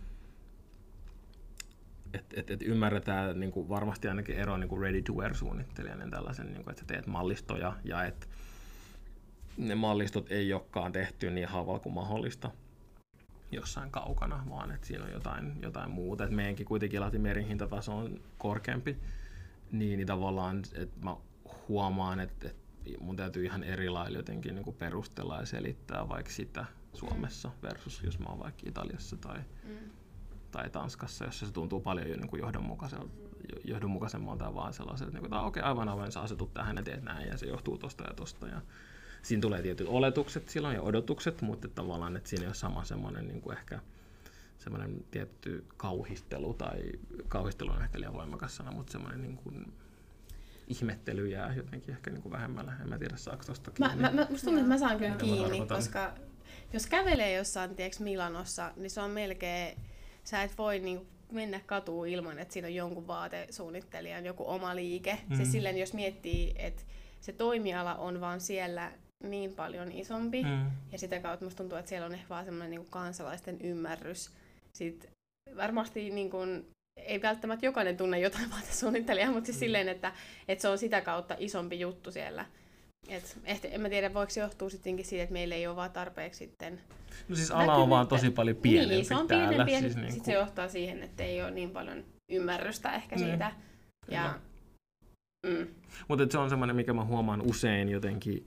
että et, et ymmärretään niin kuin varmasti ainakin ero niin kuin ready to wear suunnittelijan, niin tällaisen, niin kuin, että sä teet mallistoja ja että ne mallistot ei olekaan tehty niin halvalla kuin mahdollista jossain kaukana, vaan että siinä on jotain, jotain muuta. Et meidänkin kuitenkin Latimerin hintataso on korkeampi, niin, niin tavallaan että mä huomaan, että, että mun täytyy ihan eri lailla jotenkin niin kuin perustella ja selittää vaikka sitä Suomessa versus jos mä oon vaikka Italiassa tai, mm. tai Tanskassa, jossa se tuntuu paljon jo niin kuin johdonmukaiselta, johdonmukaisemmalta vaan sellaiselta, että niin okei, okay, aivan aivan sä asetut tähän ja teet näin ja se johtuu tosta ja tosta. Ja siinä tulee tietyt oletukset silloin ja odotukset, mutta tavallaan, että siinä ei ole sama semmoinen niin kuin ehkä semmoinen tietty kauhistelu tai kauhistelu on ehkä liian voimakas sana, mutta semmoinen niin kuin ihmettely jää jotenkin ehkä niin kuin vähemmällä. En mä tiedä, saako tosta kiinni. Mä, mä, musta tuntuu, että mä saan kyllä kiinni, koska jos kävelee jossain tiiäks, Milanossa, niin se on melkein, sä et voi niin mennä katuun ilman, että siinä on jonkun vaatesuunnittelijan joku oma liike. Mm. Se silleen, jos miettii, että se toimiala on vaan siellä niin paljon isompi, mm. ja sitä kautta musta tuntuu, että siellä on ehkä vaan semmoinen niin kuin kansalaisten ymmärrys. Sitten varmasti niin kuin, ei välttämättä jokainen tunne jotain vaatesuunnittelijaa, mutta siis mm. silleen, että, että se on sitä kautta isompi juttu siellä. Et, et, en mä tiedä, voiko se johtua sittenkin siitä, että meillä ei ole vaan tarpeeksi sitten... No siis ala on vaan tosi paljon pienempi niin, se on täällä. pienempi, ja siis sit, niin sit se johtaa siihen, että ei ole niin paljon ymmärrystä ehkä mm. siitä. Ja, mm. Mutta se on semmoinen, mikä mä huomaan usein jotenkin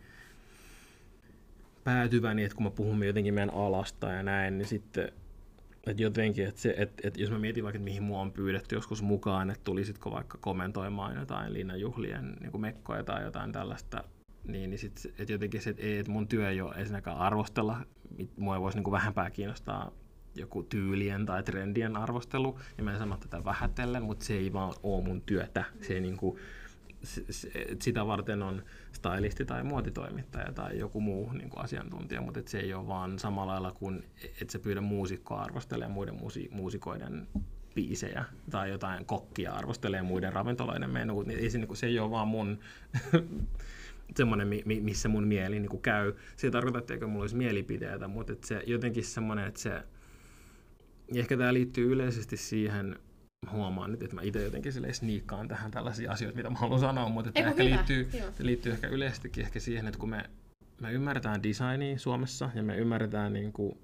päätyväni, että kun mä puhun jotenkin meidän alasta ja näin, niin sitten että jotenkin, että, se, että, että jos mä mietin vaikka, että mihin mua on pyydetty joskus mukaan, että tulisitko vaikka kommentoimaan jotain linnanjuhlien niin kuin mekkoja tai jotain tällaista, niin, niin sit, että jotenkin se, että, ei, että mun työ ei ole ensinnäkään arvostella, mua ei voisi niin kuin vähempää kiinnostaa joku tyylien tai trendien arvostelu, ja mä en sano tätä vähätellen, mutta se ei vaan ole mun työtä. Se ei, niin kuin, se, se, sitä varten on stylisti tai muotitoimittaja tai joku muu niin kuin asiantuntija, mutta se ei ole vaan samalla lailla kuin, että se pyydä muusikkoa arvostelemaan muiden muusi, muusikoiden biisejä tai jotain kokkia arvostelemaan muiden ravintoloiden menuut, niin ei se, niin kuin, se ei ole vaan mun semmoinen, missä mun mieli niin kuin käy. Se ei tarkoita, etteikö mulla olisi mielipiteitä, mutta että se jotenkin semmoinen, että se, ehkä tämä liittyy yleisesti siihen, huomaan nyt, että mä itse jotenkin sniikkaan tähän tällaisia asioita, mitä mä haluan sanoa, mutta että ehkä liittyy, liittyy ehkä yleisestikin ehkä siihen, että kun me, me ymmärretään designia Suomessa ja me ymmärretään niin kuin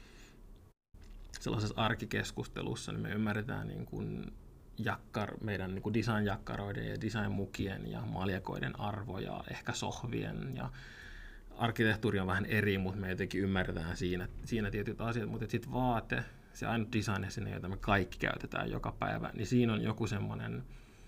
sellaisessa arkikeskustelussa, niin me ymmärretään niin kuin jakkar, meidän niin kuin design-jakkaroiden ja design-mukien ja maljakoiden arvoja, ehkä sohvien ja arkkitehtuuri on vähän eri, mutta me jotenkin ymmärretään siinä, siinä tietyt asiat, mutta sitten vaate, se ainut design sinne, jota me kaikki käytetään joka päivä, niin siinä on joku semmoinen,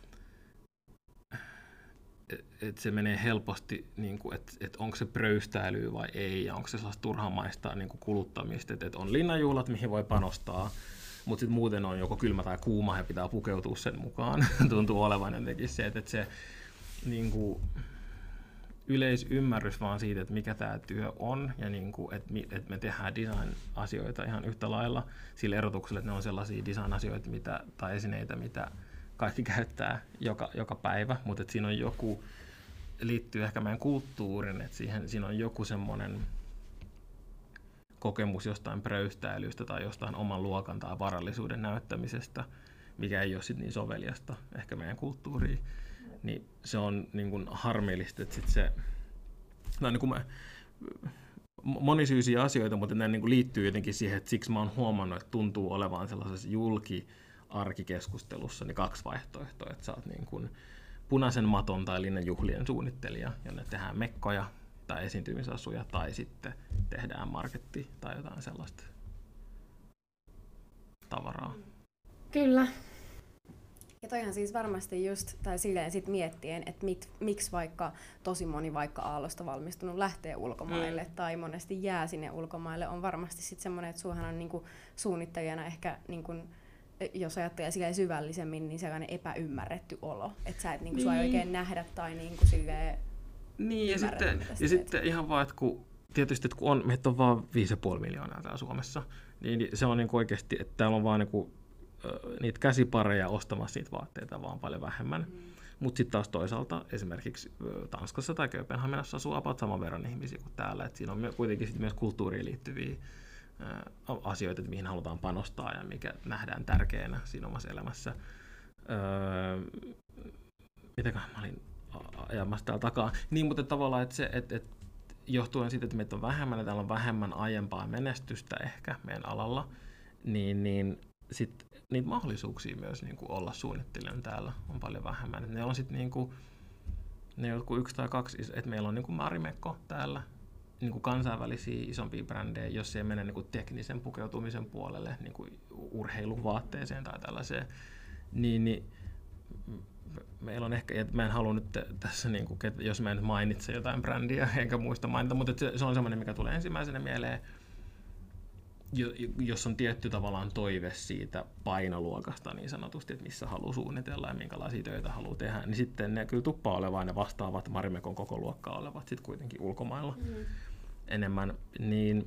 että se menee helposti, niin kuin, että, että onko se pröystäilyä vai ei, ja onko se sellaista turhamaista niin kuin kuluttamista, että, että on linnanjuhlat, mihin voi panostaa, mutta sitten muuten on joko kylmä tai kuuma ja pitää pukeutua sen mukaan. Tuntuu olevan jotenkin se, että, että se niin kuin, yleisymmärrys vaan siitä, että mikä tämä työ on ja niin kuin, että, että me tehdään design-asioita ihan yhtä lailla sillä erotuksella, että ne on sellaisia design-asioita mitä, tai esineitä, mitä kaikki käyttää joka, joka päivä, mutta että siinä on joku, liittyy ehkä meidän kulttuurin, että siihen, siinä on joku semmoinen kokemus jostain pröystäilystä tai jostain oman luokan tai varallisuuden näyttämisestä, mikä ei ole sit niin soveliasta ehkä meidän kulttuuriin. Niin se on niin kuin harmillista, että sit se, no niin kuin mä, monisyisiä asioita, mutta ne niin kuin liittyy jotenkin siihen, että siksi mä oon huomannut, että tuntuu olevan sellaisessa julki-arkikeskustelussa niin kaksi vaihtoehtoa, että sä oot niin kuin punaisen maton tai linnanjuhlien suunnittelija, jonne tehdään mekkoja tai esiintymisasuja, tai sitten tehdään marketti tai jotain sellaista tavaraa. Kyllä. Ja toihan siis varmasti just, tai silleen sit miettien, että mit, miksi vaikka tosi moni vaikka Aallosta valmistunut lähtee ulkomaille, mm. tai monesti jää sinne ulkomaille, on varmasti sitten semmoinen, että suohan on niinku suunnittelijana ehkä, niinku, jos ajattelee silleen syvällisemmin, niin sellainen epäymmärretty olo, että sä et niinku, niin. sua ei oikein nähdä tai niinku silleen niin, ja sitten, ja sitten ihan vaan, että kun, tietysti, että kun on, meitä on vaan viisi pilkku viisi miljoonaa täällä Suomessa, niin se on niinku oikeasti, että täällä on vaan niinku niitä käsipareja ostamassa niitä vaatteita vaan paljon vähemmän. Mm. Mutta sitten taas toisaalta esimerkiksi Tanskassa tai Kööpenhaminassa asuu about saman verran ihmisiä kuin täällä. Et siinä on kuitenkin sit myös kulttuuriin liittyviä ä, asioita, että mihin halutaan panostaa ja mikä nähdään tärkeänä siinä omassa elämässä. Öö, mitäköhän mä olin ajamassa täällä takaa? Niin, mutta tavallaan, että se, et, et, johtuen siitä, että meitä on vähemmän ja täällä on vähemmän aiempaa menestystä ehkä meidän alalla, niin, niin sitten niitä mahdollisuuksia myös niin kuin olla suunnittelijan täällä on paljon vähemmän. Ne on sitten niin kuin ne jotkut yksi tai kaksi, että meillä on niin kuin Marimekko täällä, niin kuin kansainvälisiä isompia brändejä, jos ei mene niin kuin teknisen pukeutumisen puolelle, niin kuin urheiluvaatteeseen tai tällaiseen, niin, niin meillä on ehkä, että mä en halua nyt tässä, niin kuin, jos mä en mainitse jotain brändiä, enkä muista mainita, mutta se, se on semmoinen, mikä tulee ensimmäisenä mieleen, jos on tietty tavallaan toive siitä painoluokasta niin sanotusti, että missä haluaa suunnitella ja minkälaisia töitä haluaa tehdä, niin sitten ne kyllä tuppaa olemaan ne vastaavat Marimekon koko luokkaa olevat sitten kuitenkin ulkomailla mm. enemmän. Niin,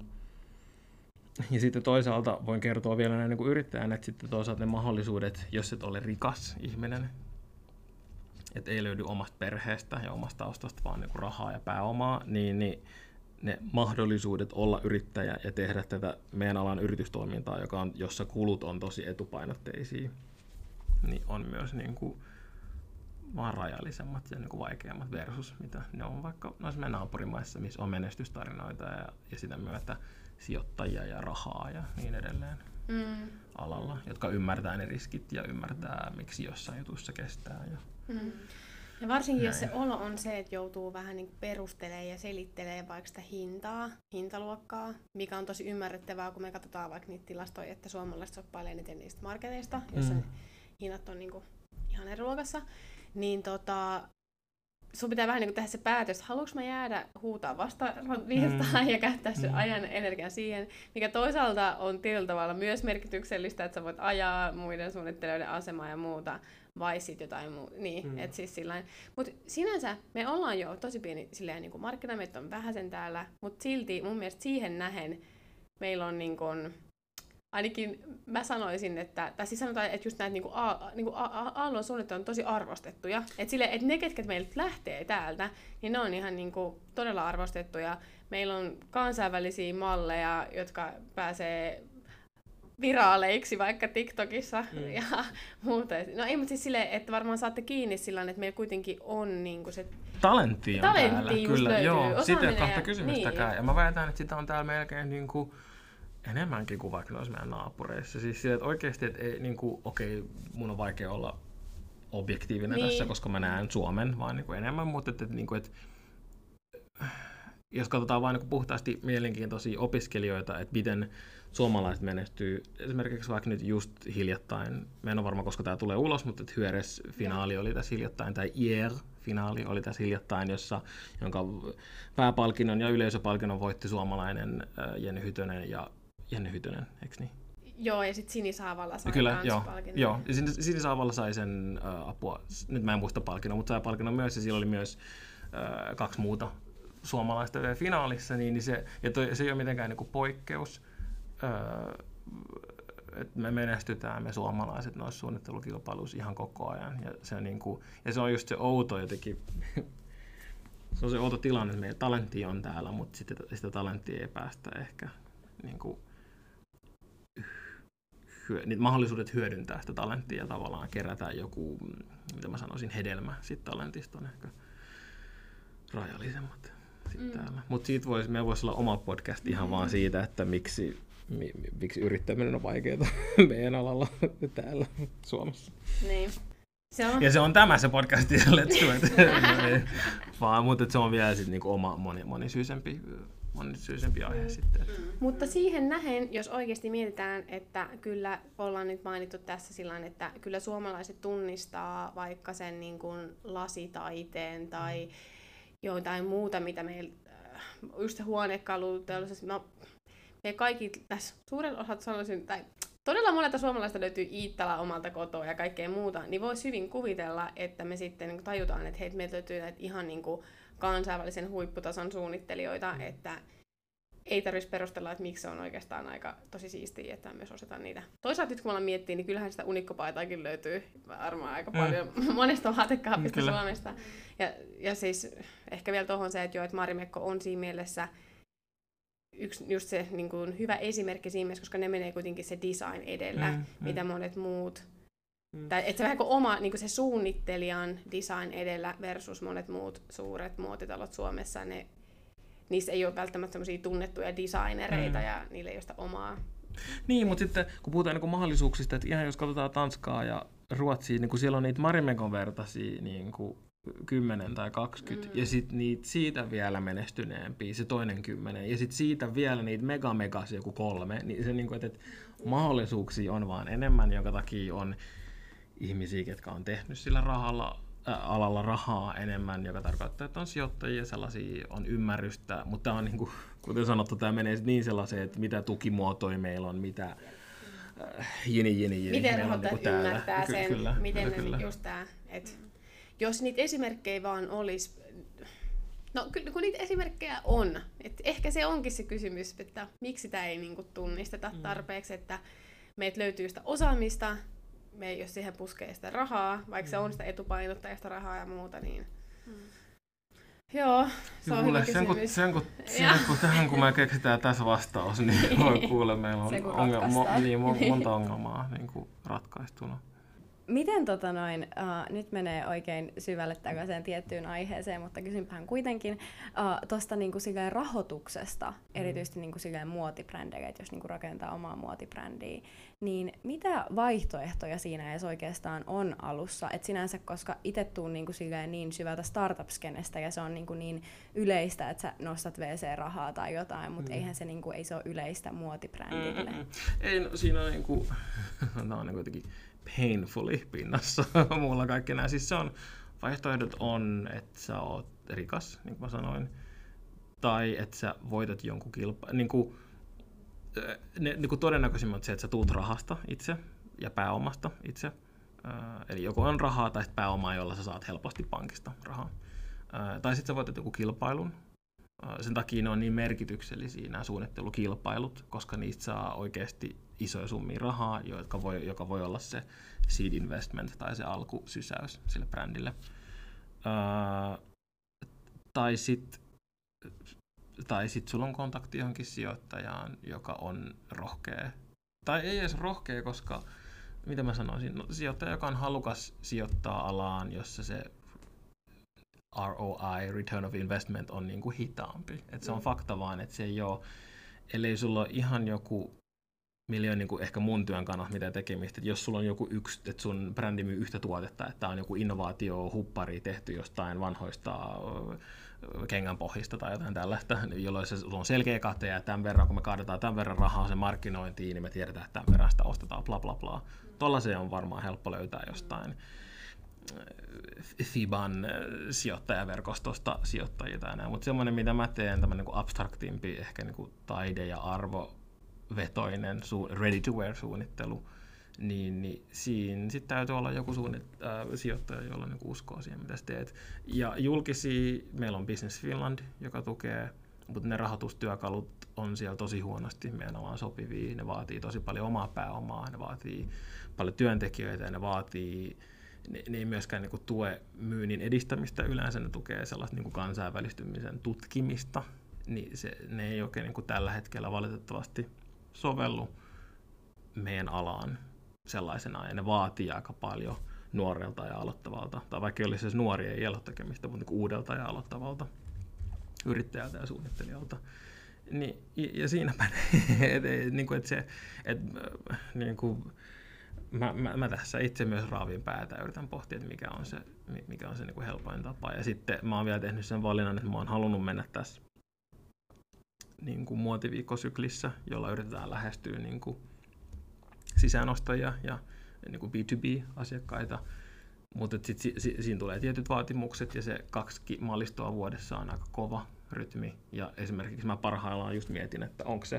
ja sitten toisaalta voin kertoa vielä näin niin kuin yrittäjän, että sitten toisaalta ne mahdollisuudet, jos et ole rikas ihminen, että ei löydy omasta perheestä ja omasta taustasta vaan niin kuin rahaa ja pääomaa, niin, niin ne mahdollisuudet olla yrittäjä ja tehdä tätä meidän alan yritystoimintaa, joka on, jossa kulut on tosi etupainotteisia, niin on myös niin kuin vaan rajallisemmat ja niin kuin vaikeammat versus mitä ne on vaikka noissa meidän naapurimaissa, missä on menestystarinoita ja, ja sitä myötä sijoittajia ja rahaa ja niin edelleen mm. alalla, jotka ymmärtää ne riskit ja ymmärtää, miksi jossain jutussa kestää. Ja mm. Ja varsinkin näin. Jos se olo on se, että joutuu vähän niin perustelemaan ja selittelemään vaikka sitä hintaa, hintaluokkaa, mikä on tosi ymmärrettävää, kun me katsotaan vaikka niitä tilastoja, että suomalaiset shoppailee eniten niistä marketeista, jossa mm. hinnat on niin kuin ihan eri luokassa, niin tota, sun pitää vähän niin kuin tehdä se päätös, että haluanko mä jäädä huutaa vastavirtaan mm. ja käyttää sen mm. ajan energian siihen, mikä toisaalta on tietyllä tavalla myös merkityksellistä, että sä voit ajaa muiden suunnittelijoiden asemaa ja muuta, vai sitten jotain muuta. Niin, mm. siis mutta sinänsä me ollaan jo tosi pieni silleen, niin kuin markkina, meitä on vähäsen täällä, mutta silti mun mielestä siihen nähen meillä on niin kuin, ainakin mä sanoisin, että, tai siis sanotaan, että just näitä niin kuin a, niin kuin aallon suunnittelut on tosi arvostettuja. Että sille, että ne, ketkä meiltä lähtee täältä, niin ne on ihan niin kuin todella arvostettuja. Meillä on kansainvälisiä malleja, jotka pääsee viraaleiksi vaikka TikTokissa mm. ja muuta. No ei, mutta siis silleen, että varmaan saatte kiinni sillä että meillä kuitenkin on niinku se talentti on talentti täällä. Just Kyllä, löytyy. joo. Sitä kahta ja, kysymystäkään. Niin. Ja mä väitän, että sitä on täällä melkein niinku enemmänkin kuin vaikka noissa meidän naapureissa. Siis sille, että oikeasti, että ei, niinku, okei, mun on vaikea olla objektiivinen niin. tässä, koska mä näen Suomen vaan niinku enemmän, mutta että, että, että jos katsotaan vain niin puhtaasti mielenkiintoisia opiskelijoita, että miten suomalaiset menestyy, esimerkiksi vaikka nyt just hiljattain, mä en ole varma, koska tämä tulee ulos, mutta Hyöres-finaali oli tässä hiljattain, tai Ier-finaali oli tässä hiljattain, jossa, jonka pääpalkinnon ja yleisöpalkinnon voitti suomalainen äh, Jenny Hytönen ja Jenny Hytönen, eikö niin? Joo, ja sitten Sinisaavalla sai Kyllä, joo, joo. Sinisaavalla sai sen äh, apua, nyt mä en muista palkinnon, mutta sai palkinnon myös, ja siellä oli myös äh, kaksi muuta suomalaista vielä finaalissa, niin se, ja toi, se ei ole mitenkään niin kuin poikkeus, öö, että me menestytään me suomalaiset noissa suunnittelukilpailuissa ihan koko ajan, ja se on, niin kuin, ja se on just se outo jotenkin, se on se outo tilanne, että meidän talentti on täällä, mutta sitten sitä talenttia ei päästä ehkä, niin kuin, hyö, niitä mahdollisuudet hyödyntää sitä talenttia ja tavallaan kerätä joku, mitä mä sanoisin, hedelmä siitä talentista on ehkä rajallisemmat. Mm. Mutta siitä vois, meillä voisi olla oma podcast ihan mm. vaan siitä, että miksi, mi, miksi yrittäminen on vaikeaa meidän alalla täällä Suomessa. Niin. Se on. Ja se on tämä se podcast, let's do it. Vaan, mutta se on vielä sit niinku oma moni, monisyisempi, monisyisempi aihe mm. sitten. Mm. Mutta siihen nähen, jos oikeasti mietitään, että kyllä ollaan nyt mainittu tässä sillä että kyllä suomalaiset tunnistaa vaikka sen niin kuin lasitaiteen tai mm. jotain muuta, mitä meillä, just se huonekalu, teollisuus, no, me kaikki tässä suurella osat sanoisin, tai todella monelta suomalaista löytyy Iittala omalta kotoa ja kaikkea muuta, niin voisi hyvin kuvitella, että me sitten niin tajutaan, että hei, meiltä löytyy näitä ihan niin kuin kansainvälisen huipputason suunnittelijoita, mm. että ei tarvitsisi perustella, että miksi se on oikeastaan aika tosi siistiä, että myös osataan niitä. Toisaalta nyt kun me ollaan miettiä, niin kyllähän sitä unikkopaitaakin löytyy varmaan aika mm. paljon monesta vaatekaapista mm, Suomesta. Ja, ja siis ehkä vielä tuohon se, että, jo, että Marimekko on siinä mielessä yksi just se niin kuin hyvä esimerkki siinä mielessä, koska ne menee kuitenkin se design edellä, mm, mitä mm. monet muut. Mm. Tai, että se vähän kuin oma niin kuin se suunnittelijan design edellä versus monet muut suuret muotitalot Suomessa, ne niissä ei ole välttämättä semmoisia tunnettuja designereita mm. ja niillä ei ole sitä omaa. Niin, mutta sitten kun puhutaan niin mahdollisuuksista, että ihan jos katsotaan Tanskaa ja Ruotsiin, niin siellä on niitä Marimekon vertaisia niin kuin kymmenen tai kaksikymmentä, mm. ja sitten niitä siitä vielä menestyneempiä, se toinen kymmenen, ja sitten siitä vielä niitä mega-megas joku kolme, niin se niin kuin, että, että mahdollisuuksia on vaan enemmän, jonka takia on ihmisiä, jotka on tehnyt sillä rahalla, äh, alalla rahaa enemmän, joka tarkoittaa, että on sijoittajia, sellaisia on ymmärrystä, mutta tämä on niin kuin, kuten sanottu, tämä menee niin sellaiseen, että mitä tukimuotoja meillä on, mitä äh, jini, jini, jini. Miten rahoittajat niin ymmärtää Ky- sen, kyllä, miten kyllä. ne, just tämä, että jos niitä esimerkkejä vaan olisi, no kyllä kun niitä esimerkkejä on, että ehkä se onkin se kysymys, että miksi sitä ei niinku tunnisteta tarpeeksi, että meiltä löytyy sitä osaamista, me ei jos siihen puskee sitä rahaa, vaikka se on sitä etupainottajasta rahaa ja muuta, niin mm. joo, se on kuule, hyvä sen kun, kysymys. sen kun, sen kun tähän kun me keksitään tässä vastaus, niin voi kuule, meillä on ongelma, mo, niin, monta ongelmaa niin kuin ratkaistuna. Miten tota noin, uh, nyt menee oikein syvälle takaisin tiettyyn aiheeseen, mutta kysynpähän kuitenkin uh, tuosta niinku rahoituksesta, mm. erityisesti niinku muotibrändejä, jos niinku rakentaa omaa muotibrändiä, niin mitä vaihtoehtoja siinä edes oikeastaan on alussa? Et sinänsä, koska itse tuun niinku niin syvältä startup-skenestä ja se on niinku niin yleistä, että sä nostat V C-rahaa tai jotain, mutta mm. eihän se, niinku, ei se ole yleistä muotibrändille. Mm-mm. Ei, no, siinä on niinku, no, on niinku jotenkin painfully pinnassa muulla kaikki nämä. Siis se on, vaihtoehdot on, että sä oot rikas, niin kuin mä sanoin, tai että sä voitat jonkun kilpailun. Niin kuin, ne, niin kuin todennäköisimmät se, että sä tuut rahasta itse ja pääomasta itse. Ää, eli joko on rahaa tai pääomaa, jolla sä saat helposti pankista rahaa. Ää, tai sitten sä voitat joku kilpailun. Ää, sen takia ne on niin merkityksellisiä nämä suunnittelukilpailut, koska niistä saa oikeasti isoja summia rahaa, joka voi, joka voi olla se seed investment tai se alkusysäys sille brändille. Ää, tai sitten tai sit sulla on kontakti johonkin sijoittajaan, joka on rohkea. Tai ei edes rohkea, koska, mitä mä sanoisin, no, sijoittaja, joka on halukas sijoittaa alaan, jossa se R O I, Return of Investment, on niinku hitaampi. Et se on fakta vaan, että se ei ole, ellei sulla ole ihan joku miljoon niin kuin ehkä mun työn kannalta mitä tekemistä, että jos sulla on joku yksi, että sun brändi myy yhtä tuotetta, että on joku innovaatio, huppari tehty jostain vanhoista kengänpohjista tai jotain tällaista, jolloin se on selkeä kate ja tämän verran, kun me kaadetaan tämän verran rahaa sen markkinointiin, niin me tiedetään, että tämän verran sitä ostetaan, bla bla bla. Tuollaiseen on varmaan helppo löytää jostain Fiban sijoittajaverkostosta sijoittajia tai näin, mutta semmoinen, mitä mä teen, tämmöinen niin abstraktimpi, ehkä niin kuin taide- ja arvovetoinen su- ready-to-wear-suunnittelu, niin, niin siinä sitten täytyy olla joku suunnit- äh, sijoittaja, jolla niin uskoo siihen, mitä sä teet. Ja julkisia, meillä on Business Finland, joka tukee, mutta ne rahoitustyökalut on siellä tosi huonosti meidän alaan sopivia. Ne vaatii tosi paljon omaa pääomaa, ne vaatii paljon työntekijöitä ja ne vaatii Ne, ne ei myöskään niin kuin, tue myynnin edistämistä, yleensä ne tukee sellaista niin kuin kansainvälistymisen tutkimista, niin se, ne ei oikein niin kuin tällä hetkellä valitettavasti sovellu meidän alaan sellaisena, ja ne vaatii aika paljon nuorelta ja aloittavalta, tai vaikka ei olisi nuoria, ei ole tekemistä, mutta niin kuin uudelta ja aloittavalta yrittäjältä ja suunnittelijalta. Niin, ja, ja siinäpä että niin kuin, et se, et, niin kuin, Mä, mä, mä tässä itse myös raavin päätä ja yritän pohtia, että mikä on se, mikä on se niin kuin helpoin tapa. Ja sitten mä oon vielä tehnyt sen valinnan, että mä oon halunnut mennä tässä niin kuin muotiviikkosyklissä, jolla yritetään lähestyä niin kuin sisäänostajia ja niin kuin B to B-asiakkaita. Mutta sitten si, si, siinä tulee tietyt vaatimukset ja se kaksi mallistoa vuodessa on aika kova rytmi. Ja esimerkiksi mä parhaillaan just mietin, että onko se,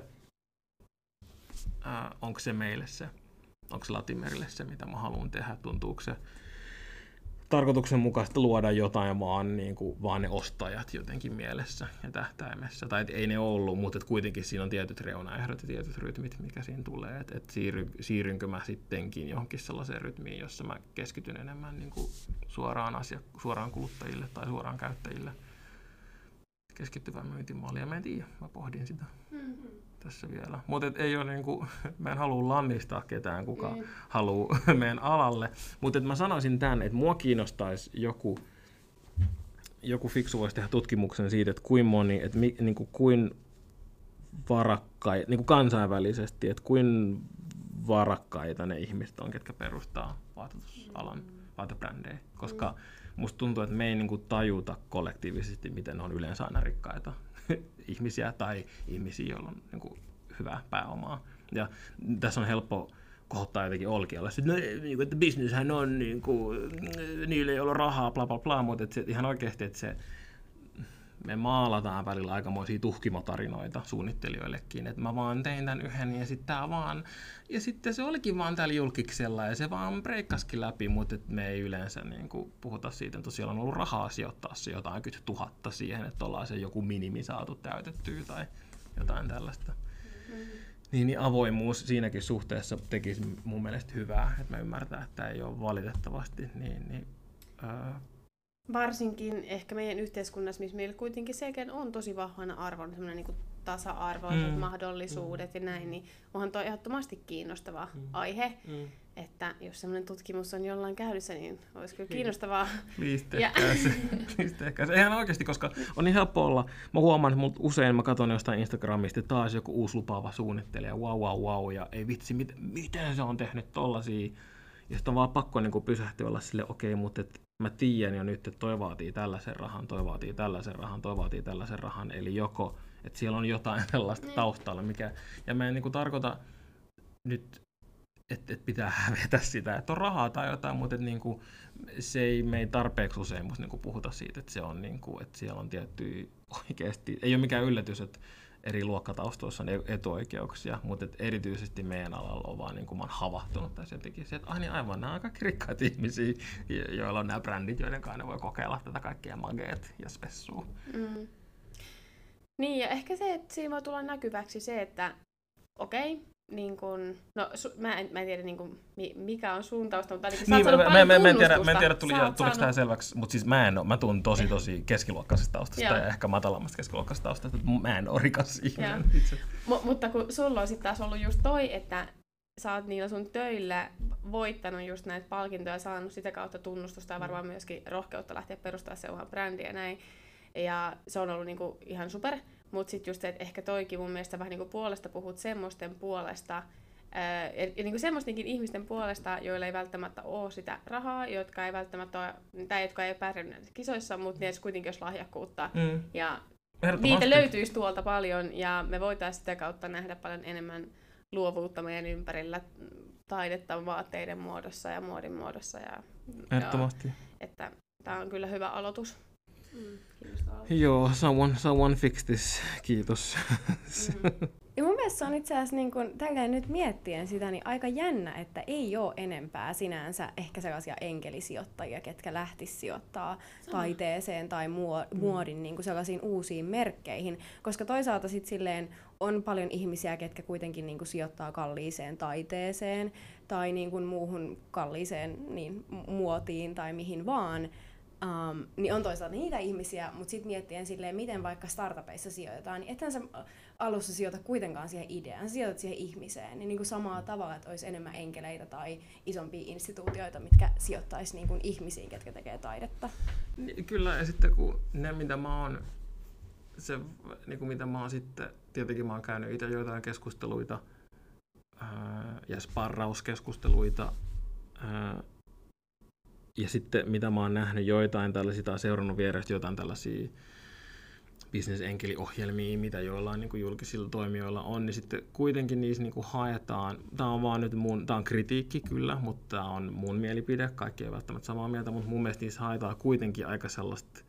ää, onko se meille se, onko se Latimerille se, mitä mä haluan tehdä, tuntuuko se tarkoituksenmukaista luoda jotain vaan, niin kuin, vaan ne ostajat jotenkin mielessä ja tähtäimessä. Tai et ei ne ollut, mutta et kuitenkin siinä on tietyt reunaehdot ja tietyt rytmit, mikä siinä tulee. Et, et siirry, siirrynkö mä sittenkin johonkin sellaiseen rytmiin, jossa mä keskityn enemmän niin kuin suoraan, asia, suoraan kuluttajille tai suoraan käyttäjille keskittyvään myyntimalliin. Mä en tiedä, mä pohdin sitä. Mm-hmm. Tässä vielä. Mutta ei ole niinku, mä en halua lannistaa ketään, kuka mm. haluaa meidän alalle. Mutta mä sanoisin tämän, että mua kiinnostaisi joku, joku fiksu voisi tehdä tutkimuksen siitä, että kuin moni, että mi, niinku, kuin varakkai, niinku kansainvälisesti, että kuin varakkaita ne ihmiset on, ketkä perustaa vaatetusalan vaatebrändejä, koska musta tuntuu, että me ei niinku tajuta kollektiivisesti, miten ne on yleensä aina rikkaita ihmisiä tai ihmisiä, joilla on niinku hyvää pääomaa. Ja tässä on helppo kohottaa jotenkin olkialla, että, no, niin että bisneshän on, niin kuin, niillä ei ole rahaa, bla bla bla, mutta se, ihan oikeasti, että se, me maalataan välillä aikamoisia tuhkimotarinoita suunnittelijoillekin, että mä vaan tein tämän yhden ja sitten tää vaan, ja sitten se olikin vaan täällä julkiksella ja se vaan breikkaskin läpi, mutta et me ei yleensä niin kuin puhuta siitä, että siellä on ollut rahaa sijoittaa se jotain tuhatta siihen, että ollaan se joku minimi saatu täytettyä tai jotain tällaista. Mm-hmm. Niin, niin avoimuus siinäkin suhteessa tekisi mun mielestä hyvää, että mä ymmärtän, että tämä ei ole valitettavasti niin, niin ää... varsinkin ehkä meidän yhteiskunnassa, missä meillä kuitenkin selkeän on tosi vahvana arvona semmoinen niin kuin tasa-arvoiset mm. mahdollisuudet mm. ja näin, niin onhan tuo ehdottomasti kiinnostava mm. aihe, mm. että jos semmoinen tutkimus on jollain käynnissä, niin olisi kyllä kiinnostavaa. Please tehkää se. Please tehkää se. Eihän oikeasti, koska on niin helppo olla. Mä huomaan, että multa usein mä katson jostain Instagramista, että taas joku uusi lupaava suunnittelija, wow, wow, wow, ja ei vitsi, mit, miten se on tehnyt tollasia. Ja sitten on vaan pakko niin pysähtyä olla silleen, okei, okay, mutta et mä tiedän jo nyt, että toi vaatii tällaisen rahan, toi vaatii tällaisen rahan, toi vaatii tällaisen rahan, eli joko, että siellä on jotain sellaista taustalla, mikä, ja mä en niin kuin tarkoita nyt, että et pitää hävetä sitä, että on rahaa tai jotain, mutta et niin kuin, se ei, me ei tarpeeksi usein musta niin kuin puhuta siitä, että se on niin kuin, että siellä on tiettyjä oikeasti, ei ole mikään yllätys, että eri luokkataustoissa on etuoikeuksia, mutta et erityisesti meidän alalla on vaan niin kuin mä oon havahtunut tässä jotenkin se, että niin aivan nämä on kaikki rikkaat ihmisiä, joilla on nämä brändit, joiden kanssa ne voi kokeilla tätä kaikkia mageet ja spessua. Mm. Niin ja ehkä se, että siinä voi tulla näkyväksi se, että okei, okay, niin kun, no su, mä, en, mä en tiedä niin kun, mikä on sun tausta, mutta ainakin sä oot saanut paljon tunnustusta. Mä en tiedä, mä en tiedä tuli, tuliko saanut... tämä selväksi, mutta siis mä en ole, mä tuun tosi tosi keskiluokkaisesta taustasta ja ehkä matalammasta keskiluokkaisesta taustasta, että mä en ole rikas ihminen itse. M- mutta kun sulla on sitten taas ollut just toi, että sä oot niillä sun töillä voittanut just näitä palkintoja ja saanut sitä kautta tunnustusta ja varmaan myöskin rohkeutta lähteä perustamaan se oman brändiä ja näin. Ja se on ollut niinku ihan super. Mutta sitten just se, että ehkä toikin mun mielestä vähän niinku puolesta puhut semmoisten puolesta, ää, ja, ja niinku semmoistenkin ihmisten puolesta, joilla ei välttämättä ole sitä rahaa, jotka ei välttämättä ole, tai jotka ei pärjännyt kisoissa, mutta niissä kuitenkin olisi lahjakkuutta. Mm. Ja niitä löytyisi tuolta paljon, ja me voitaisiin sitä kautta nähdä paljon enemmän luovuutta meidän ympärillä, taidetta vaatteiden muodossa ja muodin muodossa. Ja, ehdottomasti. Ja, että tämä on kyllä hyvä aloitus. Mm, Joo, someone, someone fix this. Kiitos. Mm. Ja mun mielestä se on itse asiassa, niin kun, tälleen nyt miettien sitä, niin aika jännä, että ei ole enempää sinänsä ehkä sellaisia enkelisijoittajia, ketkä lähtis sijoittaa taiteeseen tai muodin niin kuin sellaisiin uusiin merkkeihin. Koska toisaalta sit silleen on paljon ihmisiä, ketkä kuitenkin niin kuin sijoittaa kalliiseen taiteeseen tai niin kuin muuhun kalliiseen niin, muotiin tai mihin vaan. Um, niin on toisaalta niitä ihmisiä, mutta sitten miettien silleen, miten vaikka startupeissa sijoitetaan, niin ethän sä alussa sijoita kuitenkaan siihen ideaan, sä sijoitat siihen ihmiseen, niin, niin kuin samalla tavalla, että olisi enemmän enkeleitä tai isompia instituutioita, mitkä sijoittaisi niin kuin ihmisiin, ketkä tekee taidetta. Kyllä, ja sitten kun ne, mitä mä oon, se, niin kuin mitä mä oon sitten, tietenkin mä oon käynyt itse joitain keskusteluita ää, ja sparrauskeskusteluita, ää, ja sitten mitä mä oon nähnyt joitain tällaisia tai seurannut vierestä jotain tällaisia bisnesenkeliohjelmia, mitä joillain niin kuin julkisilla toimijoilla on, niin sitten kuitenkin niissä niin kuin haetaan, tämä on vaan nyt mun, tämä on kritiikki kyllä, mutta tämä on mun mielipide, kaikki ei välttämättä samaa mieltä, mutta mun mielestä niissä haetaan kuitenkin aika sellaista,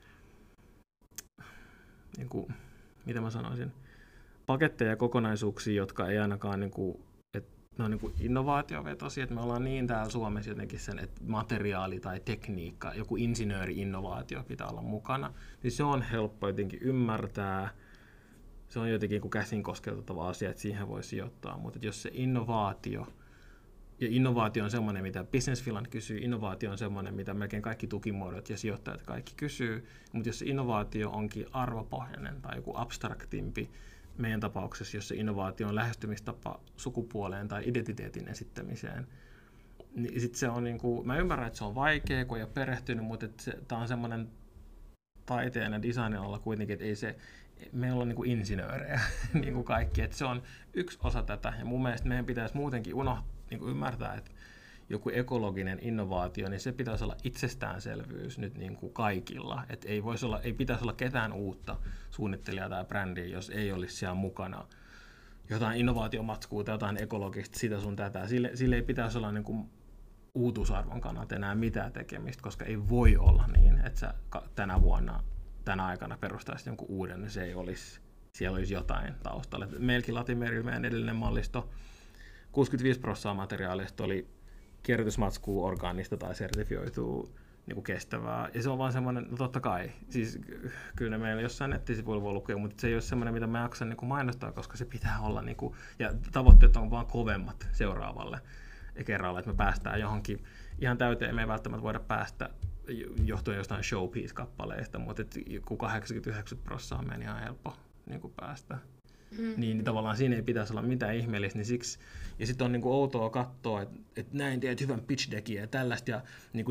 niin kuin, mitä mä sanoisin, paketteja ja kokonaisuuksia, jotka ei ainakaan niin kuin, ne on niin kuin innovaatiovetoisia, että me ollaan niin täällä Suomessa jotenkin sen, että materiaali tai tekniikka, joku insinööri-innovaatio pitää olla mukana, niin se on helppo jotenkin ymmärtää. Se on jotenkin kuin käsin kosketettava asia, että siihen voi sijoittaa, mutta jos se innovaatio, ja innovaatio on semmoinen, mitä Business Finland kysyy, innovaatio on semmoinen, mitä melkein kaikki tukimuodot ja sijoittajat kaikki kysyy, mutta jos se innovaatio onkin arvopohjainen tai joku abstraktimpi, meidän tapauksessa, jos se innovaatio on lähestymistapa sukupuoleen tai identiteetin esittämiseen, niin sit se on niinku, mä ymmärrän, että se on vaikea, kun ei ole perehtynyt, mutta tämä on semmoinen taiteen ja designin alla kuitenkin, että ei se, me ollaan niinku insinöörejä, niin kuin kaikki, että se on yksi osa tätä, ja mun mielestä meidän pitäisi muutenkin unohtaa, niin kuin ymmärtää, että joku ekologinen innovaatio, niin se pitäisi olla itsestäänselvyys nyt niin kuin kaikilla. Et ei, voisi olla, ei pitäisi olla ketään uutta suunnittelijaa tai brändiä, jos ei olisi siellä mukana jotain innovaatiomatskua tai jotain ekologista, sitä sun tätä. Sille, sille ei pitäisi olla niin kuin uutuusarvon kannalta enää mitään tekemistä, koska ei voi olla niin, että sä tänä vuonna, tänä aikana perustaisit jonkun uuden, niin se ei olisi, siellä olisi jotain taustalla. Meilläkin Latimerillä meidän edellinen mallisto, kuusikymmentäviisi prosenttia materiaalista oli kierrätysmatskua, orgaanista tai sertifioituu niin kestävää. Ja se on vaan semmoinen, no totta kai, siis kyllä ne meillä jossain nettisivuilla voi lukea, mutta se ei ole semmoinen, mitä mä jaksan niin mainostaa, koska se pitää olla, niin kuin, ja tavoitteet on vaan kovemmat seuraavalle kerralla, että me päästään johonkin ihan täyteen, me ei välttämättä voida päästä johtuen jostain showpiece-kappaleista, mutta kun kahdeksankymmentä yhdeksänkymmentä prosenttia on meidän ihan helppo niin kuin päästä. Mm-hmm. Niin tavallaan siinä ei pitäisi olla mitään ihmeellistä, niin siksi, ja sitten on niinku outoa katsoa, että et näin teet hyvän pitch deckin ja tällaista, ja niinku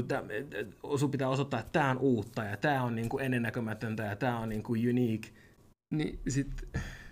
sun pitää osoittaa, että tämä on uutta, ja tämä on niinku ennennäkemätöntä, ja tämä on niinku unique, niin sitten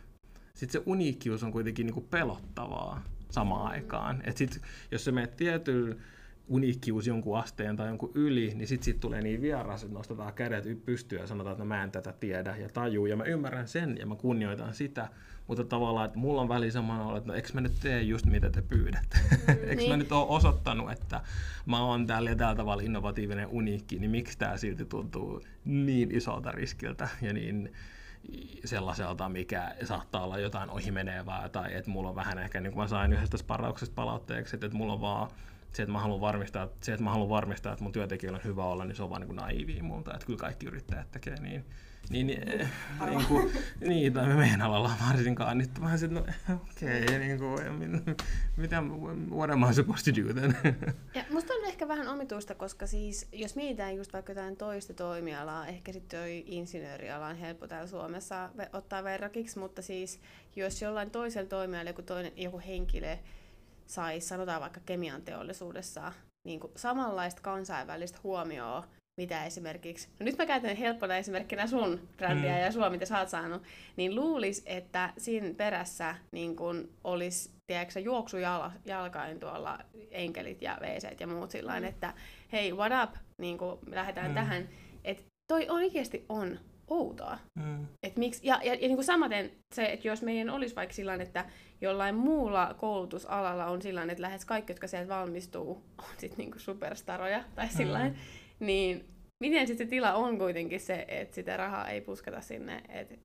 sit se uniikkius on kuitenkin niinku pelottavaa samaan aikaan. Et sit, jos sä menet tietyllä uniikkius jonkun asteen tai jonkun yli, niin sitten sit tulee niin vieras, että nostetaan kädet pystyyn ja sanotaan, että no, mä en tätä tiedä ja tajuu, ja mä ymmärrän sen ja mä kunnioitan sitä, mutta tavallaan, että mulla on väliin semmoinen olo, että no, eikö mä nyt tee just mitä te pyydätte? Mm, eikö niin. Mä nyt ole osoittanut, että mä oon tällä ja tällä tavalla innovatiivinen uniikki, niin miksi tää silti tuntuu niin isolta riskiltä ja niin sellaiselta, mikä saattaa olla jotain ohimenevää, tai että mulla on vähän ehkä, niin kuin mä sain yhdestä sparrauksesta palautteeksi, että mulla on vaan se, että mä haluan varmistaa, se, että mä haluan varmistaa, että mun työntekijöillä on hyvä olla, niin se on vaan niin kuin naivia multa, että kyllä kaikki yrittäjät tekee niin. Niin, niin, niin, kuin, niin tai me meidän alalla varsinkaan, niin vähän sitten, no okei, okay, niin kuin, mitä, what am I supposed to do then? Ja musta on ehkä vähän omituista, koska siis, jos mietitään just vaikka jotain toista toimialaa, ehkä sitten toi insinööriala on helppo täällä Suomessa ottaa verrokiksi, mutta siis jos jollain toisella toimialalla joku, toinen, joku henkilö saisi, sanotaan vaikka kemian teollisuudessa, niin kuin samanlaista kansainvälistä huomioon, mitä esimerkiksi, no nyt mä käytän helppona esimerkkinä sun brändiä mm. ja sua, mitä sä oot saanut, niin luulis, että siinä perässä niin kun olisi, tiedätkö, juoksujalkain tuolla enkelit ja veeseet ja muut sillain, mm. että hei, what up, niin kun lähdetään mm. tähän, että toi oikeasti on outoa. Mm. Et miksi, ja ja, ja niin kuin samaten se, että jos meidän olisi vaikka sillä että jollain muulla koulutusalalla on sillä että lähes kaikki, jotka sieltä valmistuu, on sitten niin kuin superstaroja tai sillä mm. niin miten sitten se tila on kuitenkin se, että sitä rahaa ei puskata sinne, että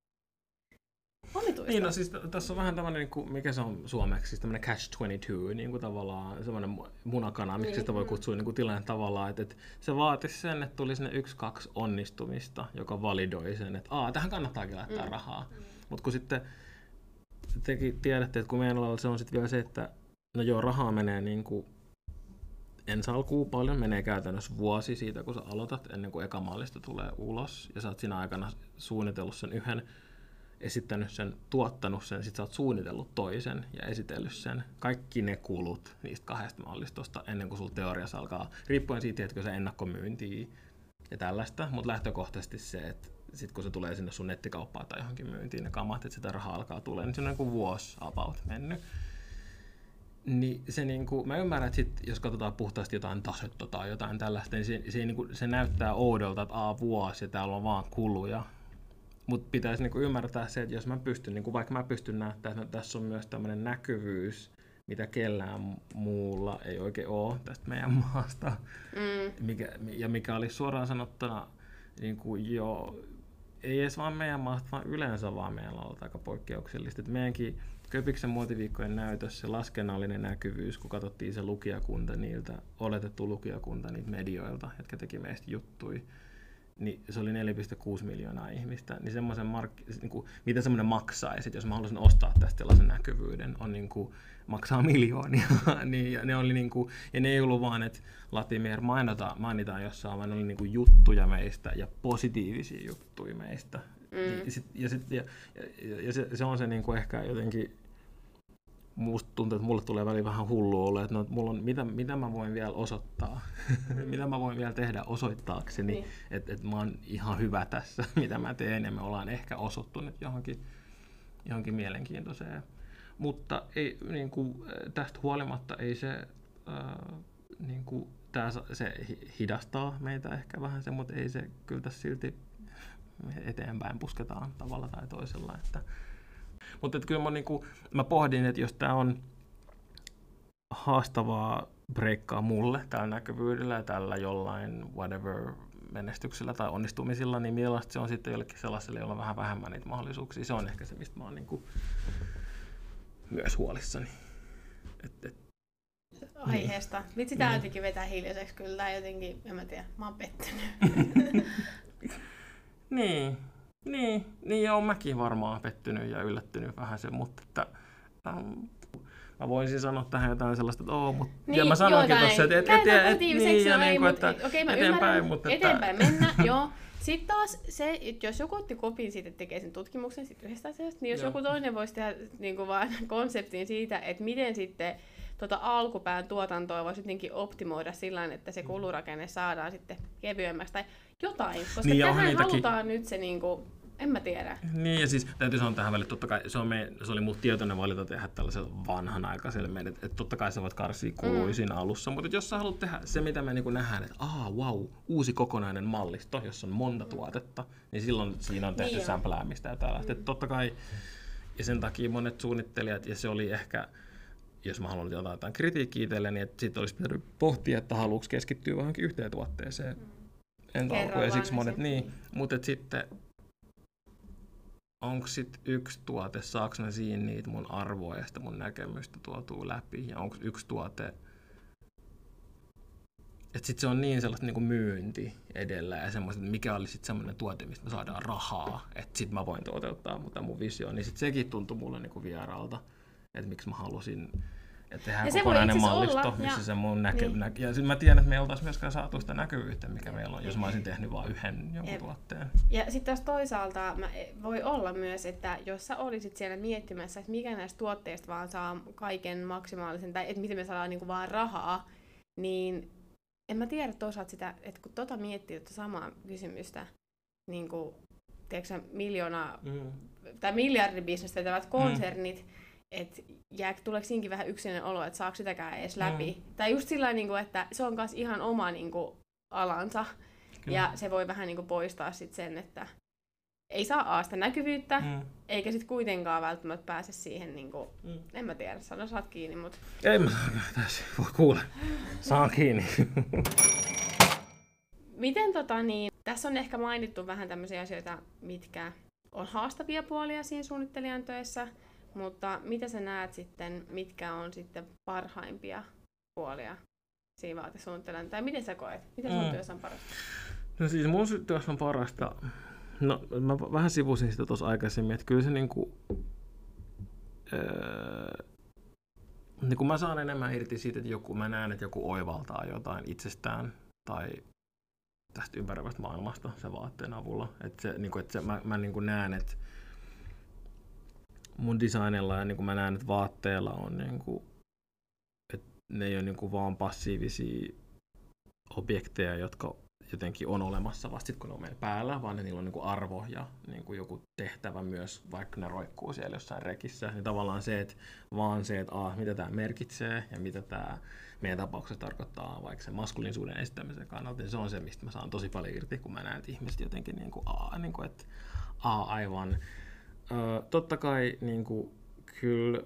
omituista. Niin, no siis t- tässä on vähän tämmöinen, mikä se on suomeksi, siis tämmöinen catch twenty-two, niin kuin tavallaan semmoinen munakana, miksi niin. Sitä voi kutsua niin kuin tilanne tavallaan, että, että se vaatisi sen, että tulisi ne yksi, kaksi onnistumista, joka validoi sen, että aah, tähän kannattaakin laittaa mm. rahaa. Mm. Mutta kun sitten tekin tiedätte, että kun meidän alalla se on sitten vielä se, että no joo, rahaa menee niin kuin ensi alkuun paljon, menee käytännössä vuosi siitä, kun sä aloitat, ennen kuin eka mallista tulee ulos, ja sä oot siinä aikana suunnitellut sen yhden, esittänyt sen, tuottanut sen, sit sä oot suunnitellut toisen ja esitellyt sen. Kaikki ne kulut niistä kahdesta mallistosta ennen kuin sulla teoriassa alkaa, riippuen siitä, että se ennakkomyyntiä ja tällaista, mutta lähtökohtaisesti se, että sit kun se tulee sinne sun nettikauppaan tai johonkin myyntiin, ne kamat, että sitä rahaa alkaa tulee, niin se on niin kuin vuosi about mennyt. Niin se niinku, mä ymmärrän, että sit, jos katsotaan puhtaasti jotain tasetta tai jotain tällaista, niin se, se, niinku, se näyttää oudolta, että a vuosi ja täällä on vaan kuluja. Mutta pitäisi niinku ymmärtää se, että jos mä pystyn, niinku, vaikka mä pystyn näyttämään, että tässä on myös tämmöinen näkyvyys, mitä kellään muulla ei oikein ole tästä meidän maasta. Mm. Mikä, ja mikä oli suoraan sanottuna niinku, jo, ei edes vaan meidän maasta, vaan yleensä vaan meidän alalta aika poikkeuksellista. Et meidänkin Köpiksen muotiviikkojen näytössä se laskennallinen näkyvyys, kun katsottiin se lukijakunta niiltä, oletettu lukijakunta niiltä medioilta, jotka teki meistä juttui, niin se oli neljä pilkku kuusi miljoonaa ihmistä. Niin semmoisen mark- niin kuin, mitä semmoinen maksaisi, jos mä haluaisin ostaa tästä sellaisen näkyvyyden, on niin kuin, maksaa miljoonia. niin, ja, ne oli, niin kuin, ja ne ei ollut vaan, että Latimer mainitaan, mainitaan jossain, vaan ne oli niin kuin juttuja meistä ja positiivisia juttuja meistä. Mm. Ja, sit, ja, sit, ja, ja, ja se, se on se niin kuin ehkä jotenkin, musta tuntuu, että mulle tulee väliin vähän hullu olla, että no, mulla on, mitä, mitä mä voin vielä osoittaa, mitä mä voin vielä tehdä osoittaakseni, niin. että et mä oon ihan hyvä tässä, mitä mä teen, ja me ollaan ehkä osuttu nyt johonkin, johonkin mielenkiintoiseen. mutta ei, niin kuin, tästä huolimatta ei se, ää, niin kuin, tää, se hidastaa meitä ehkä vähän se, mutta ei se kyllä tässä silti eteenpäin pusketaan tavalla tai toisella. Että. Mutta että kyllä mä, niin kuin, mä pohdin, että jos tämä on haastavaa breikkaa mulle tällä näkyvyydellä ja tällä jollain whatever menestyksellä tai onnistumisilla, niin millaista se on sitten jollekin sellaiselle, jolla on vähän vähemmän niitä mahdollisuuksia. Se on ehkä se, mistä mä oon niin kuin myös huolissani. Et, et, aiheesta. Niin. Vitsi, tää jotenkin vetää hiljaiseksi kyllä. Tää jotenkin, en mä tiedä, mä oon pettynyt. niin, niin, niin joo, mäkin varmaan pettynyt ja yllättynyt vähän sen, mutta että, ähm, mä voisin sanoa tähän jotain sellaista, että oo, mutta niin, ja mä sanoinkin tuossa, että et, et, et, et, niin, ja niin kuin, että okei, mä eteenpäin, mutta eteenpäin että mennä, joo. Sitten taas se, että jos joku otti kopin siitä, että tekee sen tutkimuksen siitä yhdestä asiasta, niin jos joo. joku toinen voisi tehdä niin kuin vaan konseptin siitä, että miten sitten tota alkupään tuotantoa voisi jotenkin optimoida sillä tavalla, että se kulurakenne saadaan sitten kevyemmäksi tai jotain, koska niin, tähän halutaan nyt se niinku, en mä tiedä. Niin, ja siis täytyy sanoa tähän väliin, totta kai se, on me, se oli mun tietoinen valinta tehdä tällaisella vanhanaikaisella meidän, että totta kai sä voit karsia kuluja siinä mm. alussa, mutta jos sä haluat tehdä se, mitä me niin nähdään, että aah, wow, uusi kokonainen mallisto, jossa on monta tuotetta, niin silloin siinä on tehty niin sämpläämistä ja tällaista. Mm. Totta kai, ja sen takia monet suunnittelijat, ja se oli ehkä, jos mä haluan jotain, jotain kritiikkiä itselleni, niin että sitten olisi pitänyt pohtia, että haluuks keskittyä johonkin yhteen tuotteeseen. Mm. En alkuun, ja siksi monet niin, niin. Mutta sitten onko sitten yksi tuote, saaks mä siinä niitä mun arvoja ja sitä mun näkemystä tuotua läpi, ja onko yksi tuote, että sitten se on niin sellaista niinku myynti edellä ja semmoista, että mikä oli sitten semmoinen tuote, mistä me saadaan rahaa, että sitten mä voin toteuttaa mutta mun visio, niin sitten sekin tuntui mulle niinku vieraalta, että miksi mä halusin, että tehdään kokonainen mallisto, olla, missä ja, se mun näkö... Niin. Nä- ja sitten mä tiedän, että me ei oltaisi myöskään saatu sitä näkyvyyttä, mikä meillä on, jos mä olisin tehnyt vain yhden jonkun Jep. tuotteen. Ja sitten taas toisaalta mä, voi olla myös, että jos sä olisit siellä miettimässä, että mikä näistä tuotteista vaan saa kaiken maksimaalisen, tai että miten me saadaan niinku vaan rahaa, niin en mä tiedä toisaalta sitä, että kun tota miettii tota samaa kysymystä, niin kuin, tiedätkö miljoona, mm. tai miljardibisnestä vetävät konsernit, mm. että tuleeko siinkin vähän yksinäinen olo, että saako sitäkään edes läpi. Mm. Tai just sillä tavalla, että se on myös ihan oma niin kuin, alansa. Kyllä. Ja se voi vähän niin kuin, poistaa sit sen, että ei saa A sitä näkyvyyttä, mm. eikä sitten kuitenkaan välttämättä pääse siihen, niin kuin, mm. en mä tiedä, sano saat kiinni, mutta... Ei mä saa tässä, voi kuule, saan kiinni. Miten tota niin, tässä on ehkä mainittu vähän tämmöisiä asioita, mitkä on haastavia puolia siinä suunnittelijan töissä, mutta mitä sä näet sitten, mitkä on sitten parhaimpia puolia siinä vaatesuunnittelijan, tai miten sä koet? Mitä sun mm. työssä on parasta? No siis mun työssä on parasta, no mä vähän sivusin sitä tuossa aikaisemmin, että kyllä se niinku, öö, niin kun mä saan enemmän irti siitä, että joku, mä näen, että joku oivaltaa jotain itsestään tai tästä ympäröivästä maailmasta sen vaatteen avulla. Että se, niin kun, että se, mä, mä niin kun näen, että mun designilla ja niin kun mä näen, että vaatteilla on, niin kun, että ne ei ole niin kun vaan passiivisia objekteja, jotka jotenkin on olemassa vasta sit, kun ne on meidän päällä, vaan ne niillä on niin kuin arvo ja niin kuin joku tehtävä myös, vaikka ne roikkuu siellä jossain rekissä. Niin tavallaan se, että vaan se, että ah, mitä tämä merkitsee ja mitä tämä meidän tapauksessa tarkoittaa vaikka sen maskuliinisuuden esittämisen kannalta, niin se on se, mistä mä saan tosi paljon irti, kun mä näen, että ihmiset jotenkin, niin kuin, aa, niin kuin, että aa, aivan. Ö, totta kai niin kuin, kyllä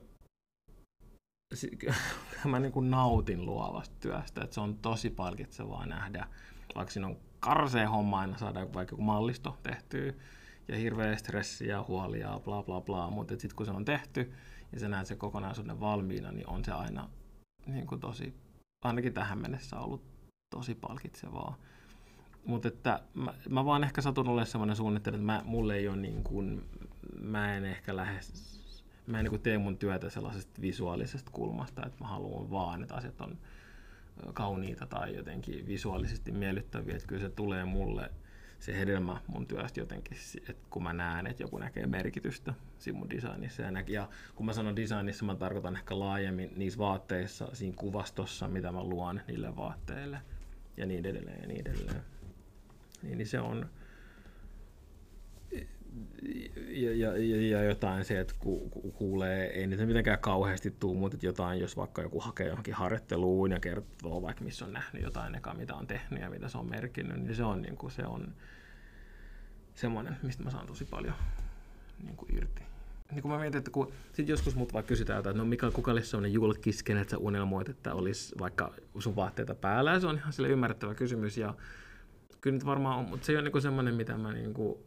mä niin kuin nautin luovasta työstä, että se on tosi palkitsevaa nähdä, vaikka siinä on karsea homma aina saada vaikka joku mallisto tehtyä ja hirveä stressi ja huoli ja bla bla bla, mutta sitten kun se on tehty ja sä näet sen kokonaisuuden valmiina, niin on se aina niin kuin tosi, ainakin tähän mennessä ollut tosi palkitsevaa. Mutta että mä, mä vaan ehkä satun olemaan sellainen suunnittelija, että mä, mulle ei ole niin kuin, mä en ehkä lähes, mä en niin kuin tee mun työtä sellaisesta visuaalisesta kulmasta, että mä haluan vaan, että asiat on kauniita tai jotenkin visuaalisesti miellyttäviä, että kyllä se tulee mulle se hedelmä mun työstä jotenkin, että kun mä näen, että joku näkee merkitystä siinä mun designissa. Ja, nä- ja kun mä sanon designissa, mä tarkoitan ehkä laajemmin niissä vaatteissa, siinä kuvastossa, mitä mä luon niille vaatteille ja niin edelleen ja niin edelleen. Niin, niin se on, ja, ja, ja jotain se, että ku, ku, kuulee, ei niitä mitenkään kauheasti tule, mutta jotain, jos vaikka joku hakee johonkin harjoitteluun ja kertoo vaikka missä on nähnyt jotain ekaa, mitä on tehnyt ja mitä se on merkinnyt, niin se on, niin kuin, se on semmoinen, mistä mä saan tosi paljon niin kuin irti. Niin kun mä mietin, että kun sit joskus mut vaikka kysytään jotain, että no mikä, kuka olisi sellainen julkisken, että sä unelmoit, että olisi vaikka sun vaatteita päällä, ja se on ihan sille ymmärrettävä kysymys, ja kyllä nyt varmaan on, mutta se ei ole niinku semmoinen, mitä mä niinku,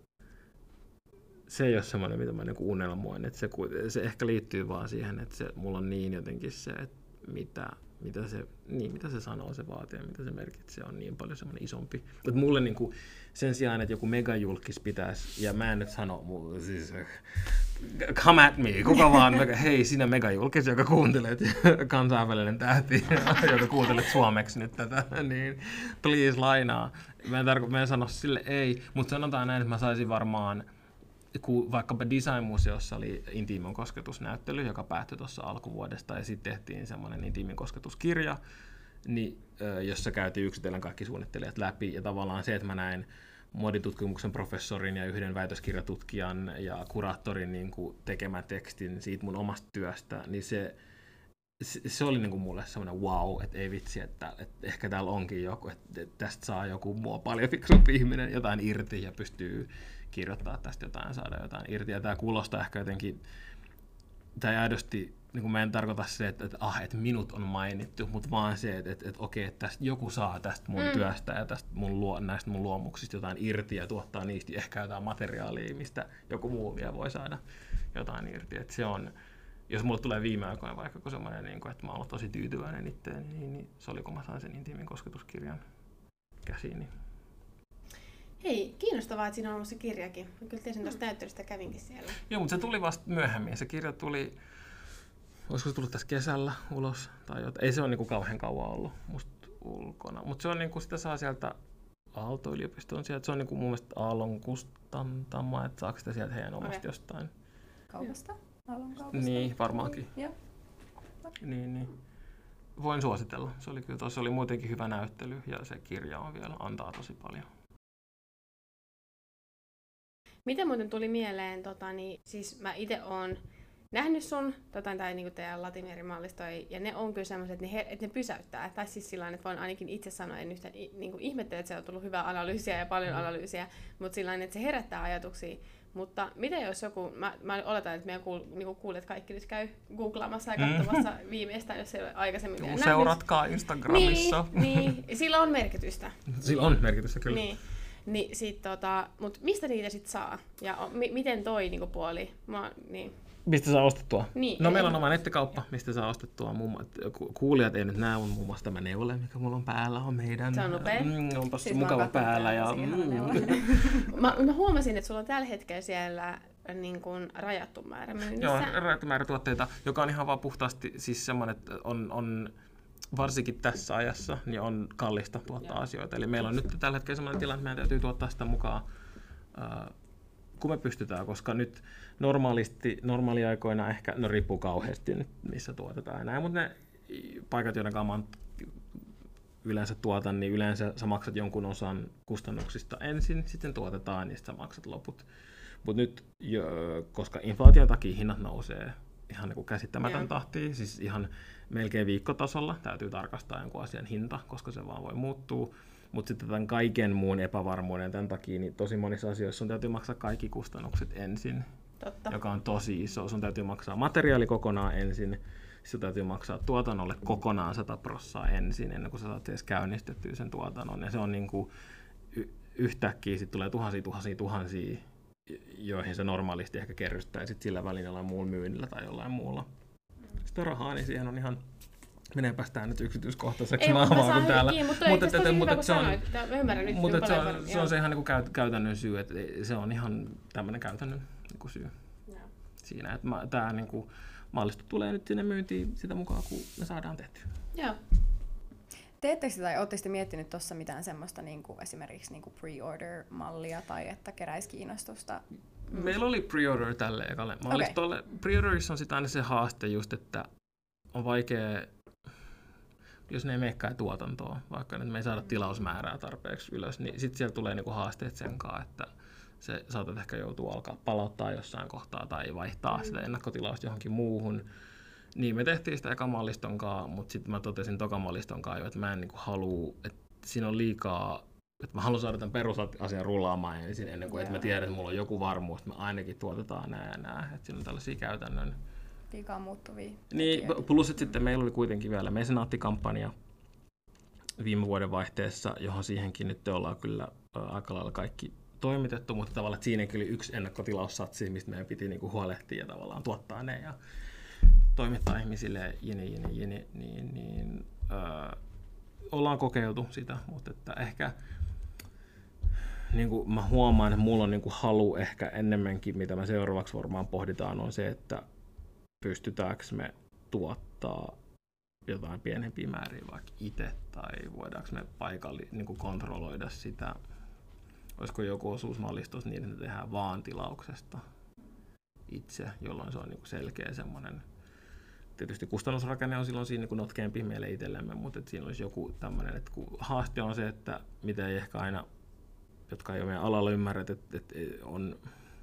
se ei ole semmoinen, mitä mä niinku unelmoin, että se, se ehkä liittyy vaan siihen, että se, mulla on niin jotenkin se, että mitä, mitä se, niin, mitä se sanoo, se vaatii, mitä se merkitsee, on niin paljon semmoinen isompi. Että mulle niinku, sen sijaan, että joku megajulkis pitäisi, ja mä en nyt sano, siis, come at me, kuka vaan, hei sinä megajulkis, joka kuuntelet, kansainvälinen tähti, joka kuuntelet suomeksi nyt tätä, niin please lainaa. Mä en, tarko- mä en sano sille ei, mutta sanotaan näin, että mä saisin varmaan, kun vaikkapa Design-museossa oli intiimin kosketusnäyttely, joka päättyi tuossa alkuvuodesta, ja sitten tehtiin semmoinen intiimin kosketuskirja, niin, jossa käytiin yksitellen kaikki suunnittelijat läpi, ja tavallaan se, että mä näin moditutkimuksen professorin ja yhden väitöskirjatutkijan ja kuraattorin niin kuin tekemän tekstin siitä mun omasta työstä, niin se, se, se oli niin kuin mulle semmoinen wow, että ei vitsi, että, että ehkä täällä onkin joku, että tästä saa joku mua paljon fiksumpi ihminen jotain irti ja pystyy kirjoittamaan tästä jotain, saada jotain irti. Ja tämä kuulostaa ehkä jotenkin, tämä ei aidosti, niin kuin mä en tarkoita se, että, että, ah, että minut on mainittu, mutta vaan se, että, että, että okei, että tästä joku saa tästä mun mm. työstä ja tästä mun luo, näistä mun luomuksista jotain irti ja tuottaa niistä ehkä jotain materiaalia, mistä joku muu vielä voi saada jotain irti. Että se on, jos mulle tulee viime aikoina vaikka semmoinen, niin kuin, että mä oon tosi tyytyväinen itteen, niin, niin se oli, kun mä sain sen intiimin kosketuskirjan käsiini. Hei, kiinnostavaa, että siinä on ollut se kirjakin. Mä kyllä tiesin tuosta näyttelystä, kävinkin siellä. Joo, mutta se tuli vasta myöhemmin. Se kirja tuli, olisiko se tullut tässä kesällä ulos tai jotain. Ei se ole niinku kauhean kauan ollut musta ulkona. Mutta se on niinku, sitä saa sieltä Aalto-yliopiston sieltä. Se on niinku mun mielestä Aallon kustantama, että saako sitä sieltä heidän omasta okay. jostain. Kaupasta? Aallon kaupasta? Niin, varmaankin. Joo. Niin, niin. Voin suositella. Se oli kyllä tosi, oli muutenkin hyvä näyttely ja se kirja on vielä, antaa tosi paljon. Miten muuten tuli mieleen, tota, niin, siis mä itse oon nähnyt sun, tota, tai niinku teidän Latimerin-mallistoja, ja ne on kyllä sellaiset, että ne, her- että ne pysäyttää. Tai siis sillä että voin ainakin itse sanoa, en yhtään niinku ihmettele, että se on tullut hyvää analyysiä ja paljon mm. analyysiä, mutta sillä että se herättää ajatuksia. Mutta miten jos joku, mä, mä oletan, että meidän kuul, niinku kuulijat kaikki nyt käy googlaamassa ja katsomassa mm-hmm. viimeistään, jos ei ole aikaisemmin vielä nähnyt. Seuratkaa Instagramissa. Niin, niin, sillä on merkitystä. Sillä on merkitystä, kyllä. Niin. Niin sit tota, mut mistä niitä sit saa? Ja mi- miten toi niinku puoli? Mä, niin. Mistä saa ostettua? Niin, no meillä on oma nettikauppa, mistä saa ostettua. Kuulijat ei nyt näe, muun muassa tämä neule, mikä mulla on päällä, on meidän. Se on nopea. Mm, onpas siis mukava päällä. Ja, mm. mä, mä huomasin, että sulla on tällä hetkellä siellä niin kuin rajattu määrä myynnissä. Joo, rajattu määrä tuotteita, joka on ihan vaan puhtaasti siis semmoinen, että on, on varsinkin tässä ajassa niin on kallista tuottaa Joo. asioita. Eli meillä on nyt tällä hetkellä sellainen tilanne, että meidän täytyy tuottaa sitä mukaan, äh, kun me pystytään, koska nyt normaalisti, normaaliaikoina ehkä, no riippuu kauheasti nyt, missä tuotetaan enää, mutta ne paikat, joiden kanssa yleensä tuotan, niin yleensä sä maksat jonkun osan kustannuksista ensin, sitten tuotetaan, niin sitten sä maksat loput. Mutta nyt, jo, koska inflaation takia hinnat nousee ihan niin käsittämätön Joo. tahtiin, siis ihan melkein viikkotasolla täytyy tarkastaa jonkun asian hinta, koska se vaan voi muuttua. Mutta sitten tämän kaiken muun epävarmuuden tämän takia, niin tosi monissa asioissa sun täytyy maksaa kaikki kustannukset ensin, Totta. joka on tosi iso. Sun täytyy maksaa materiaali kokonaan ensin, sun täytyy maksaa tuotannolle kokonaan sata prosenttia ensin, ennen kuin sä saat edes käynnistettyä sen tuotannon. Ja se on niin kuin y- yhtäkkiä sit tulee tuhansia, tuhansia, tuhansia, joihin se normaalisti ehkä kerrystää ja sitten sillä välin jollain muulla myynnillä tai jollain muulla. Sitä rahaa, niin siihen on ihan, meneepäs tää nyt yksityiskohtaiseksi maailmaan kuin täällä. Mutta ei, mutta tosi hyvä, kun sanoit. Mä ymmärrän nyt mutta paljon. Se on, paljon, se, on se ihan niin kuin käytännön syy, että se on ihan tämmöinen käytännön niin kuin syy Joo. siinä, että tämä niin kuin mallisto tulee nyt sinne myyntiin sitä mukaan, kun me saadaan tehtyä. Joo. Teettekö tai oletteko te miettinyt tuossa mitään semmoista niin kuin esimerkiksi niin kuin pre-order-mallia tai että keräisi kiinnostusta? Meillä oli pre-order tälle ekalle mallistolle. Okay. Pre-orderissa on sitten aina se haaste just, että on vaikea, jos ne ei meekään tuotantoa, vaikka nyt me ei saada tilausmäärää tarpeeksi ylös, niin sitten siellä tulee niinku haasteet sen kanssa, että se saatat ehkä joutua alkaa palauttaa jossain kohtaa tai vaihtaa mm. sitä ennakkotilausta johonkin muuhun. Niin me tehtiin sitä ekan malliston kanssa, mutta sitten mä totesin tokan malliston kanssa jo, että mä en niinku halua, että siinä on liikaa, että mä haluan saada tämän perusasian rullaamaan ensin ennen kuin että mä tiedän, että mulla on joku varmuus, että me ainakin tuotetaan nää ja nää, että siinä on tällaisia käytännön. Liikaa muuttuvia. Niin, plus että sitten meillä oli kuitenkin vielä mesenaattikampanja viime vuoden vaihteessa, johon siihenkin nyt ollaan kyllä aika lailla kaikki toimitettu, mutta tavallaan siinäkin oli yksi ennakkotilaussatsi, mistä meidän piti niinku huolehtia ja tavallaan tuottaa ne ja toimittaa ihmisille jini, jini, jini, niin, niin öö, ollaan kokeiltu sitä, mutta että ehkä niin kuin mä huomaan, että mulla on niin kuin halu ehkä enemmänkin, mitä mä seuraavaksi varmaan pohditaan, on se, että pystytäänkö me tuottaa jotain pienempiä määriä vaikka itse, tai voidaanko me paikalli niin kuin kontrolloida sitä, olisiko joku osuusmallistus niin, että tehdään vaan tilauksesta itse, jolloin se on niin kuin selkeä semmoinen. Tietysti kustannusrakenne on silloin siinä niin kuin notkeampi meille itsellemme, mutta että siinä olisi joku tämmöinen, että kun haaste on se, että mitä ei ehkä aina, jotka ei ole meidän alalla ymmärrät, että, että on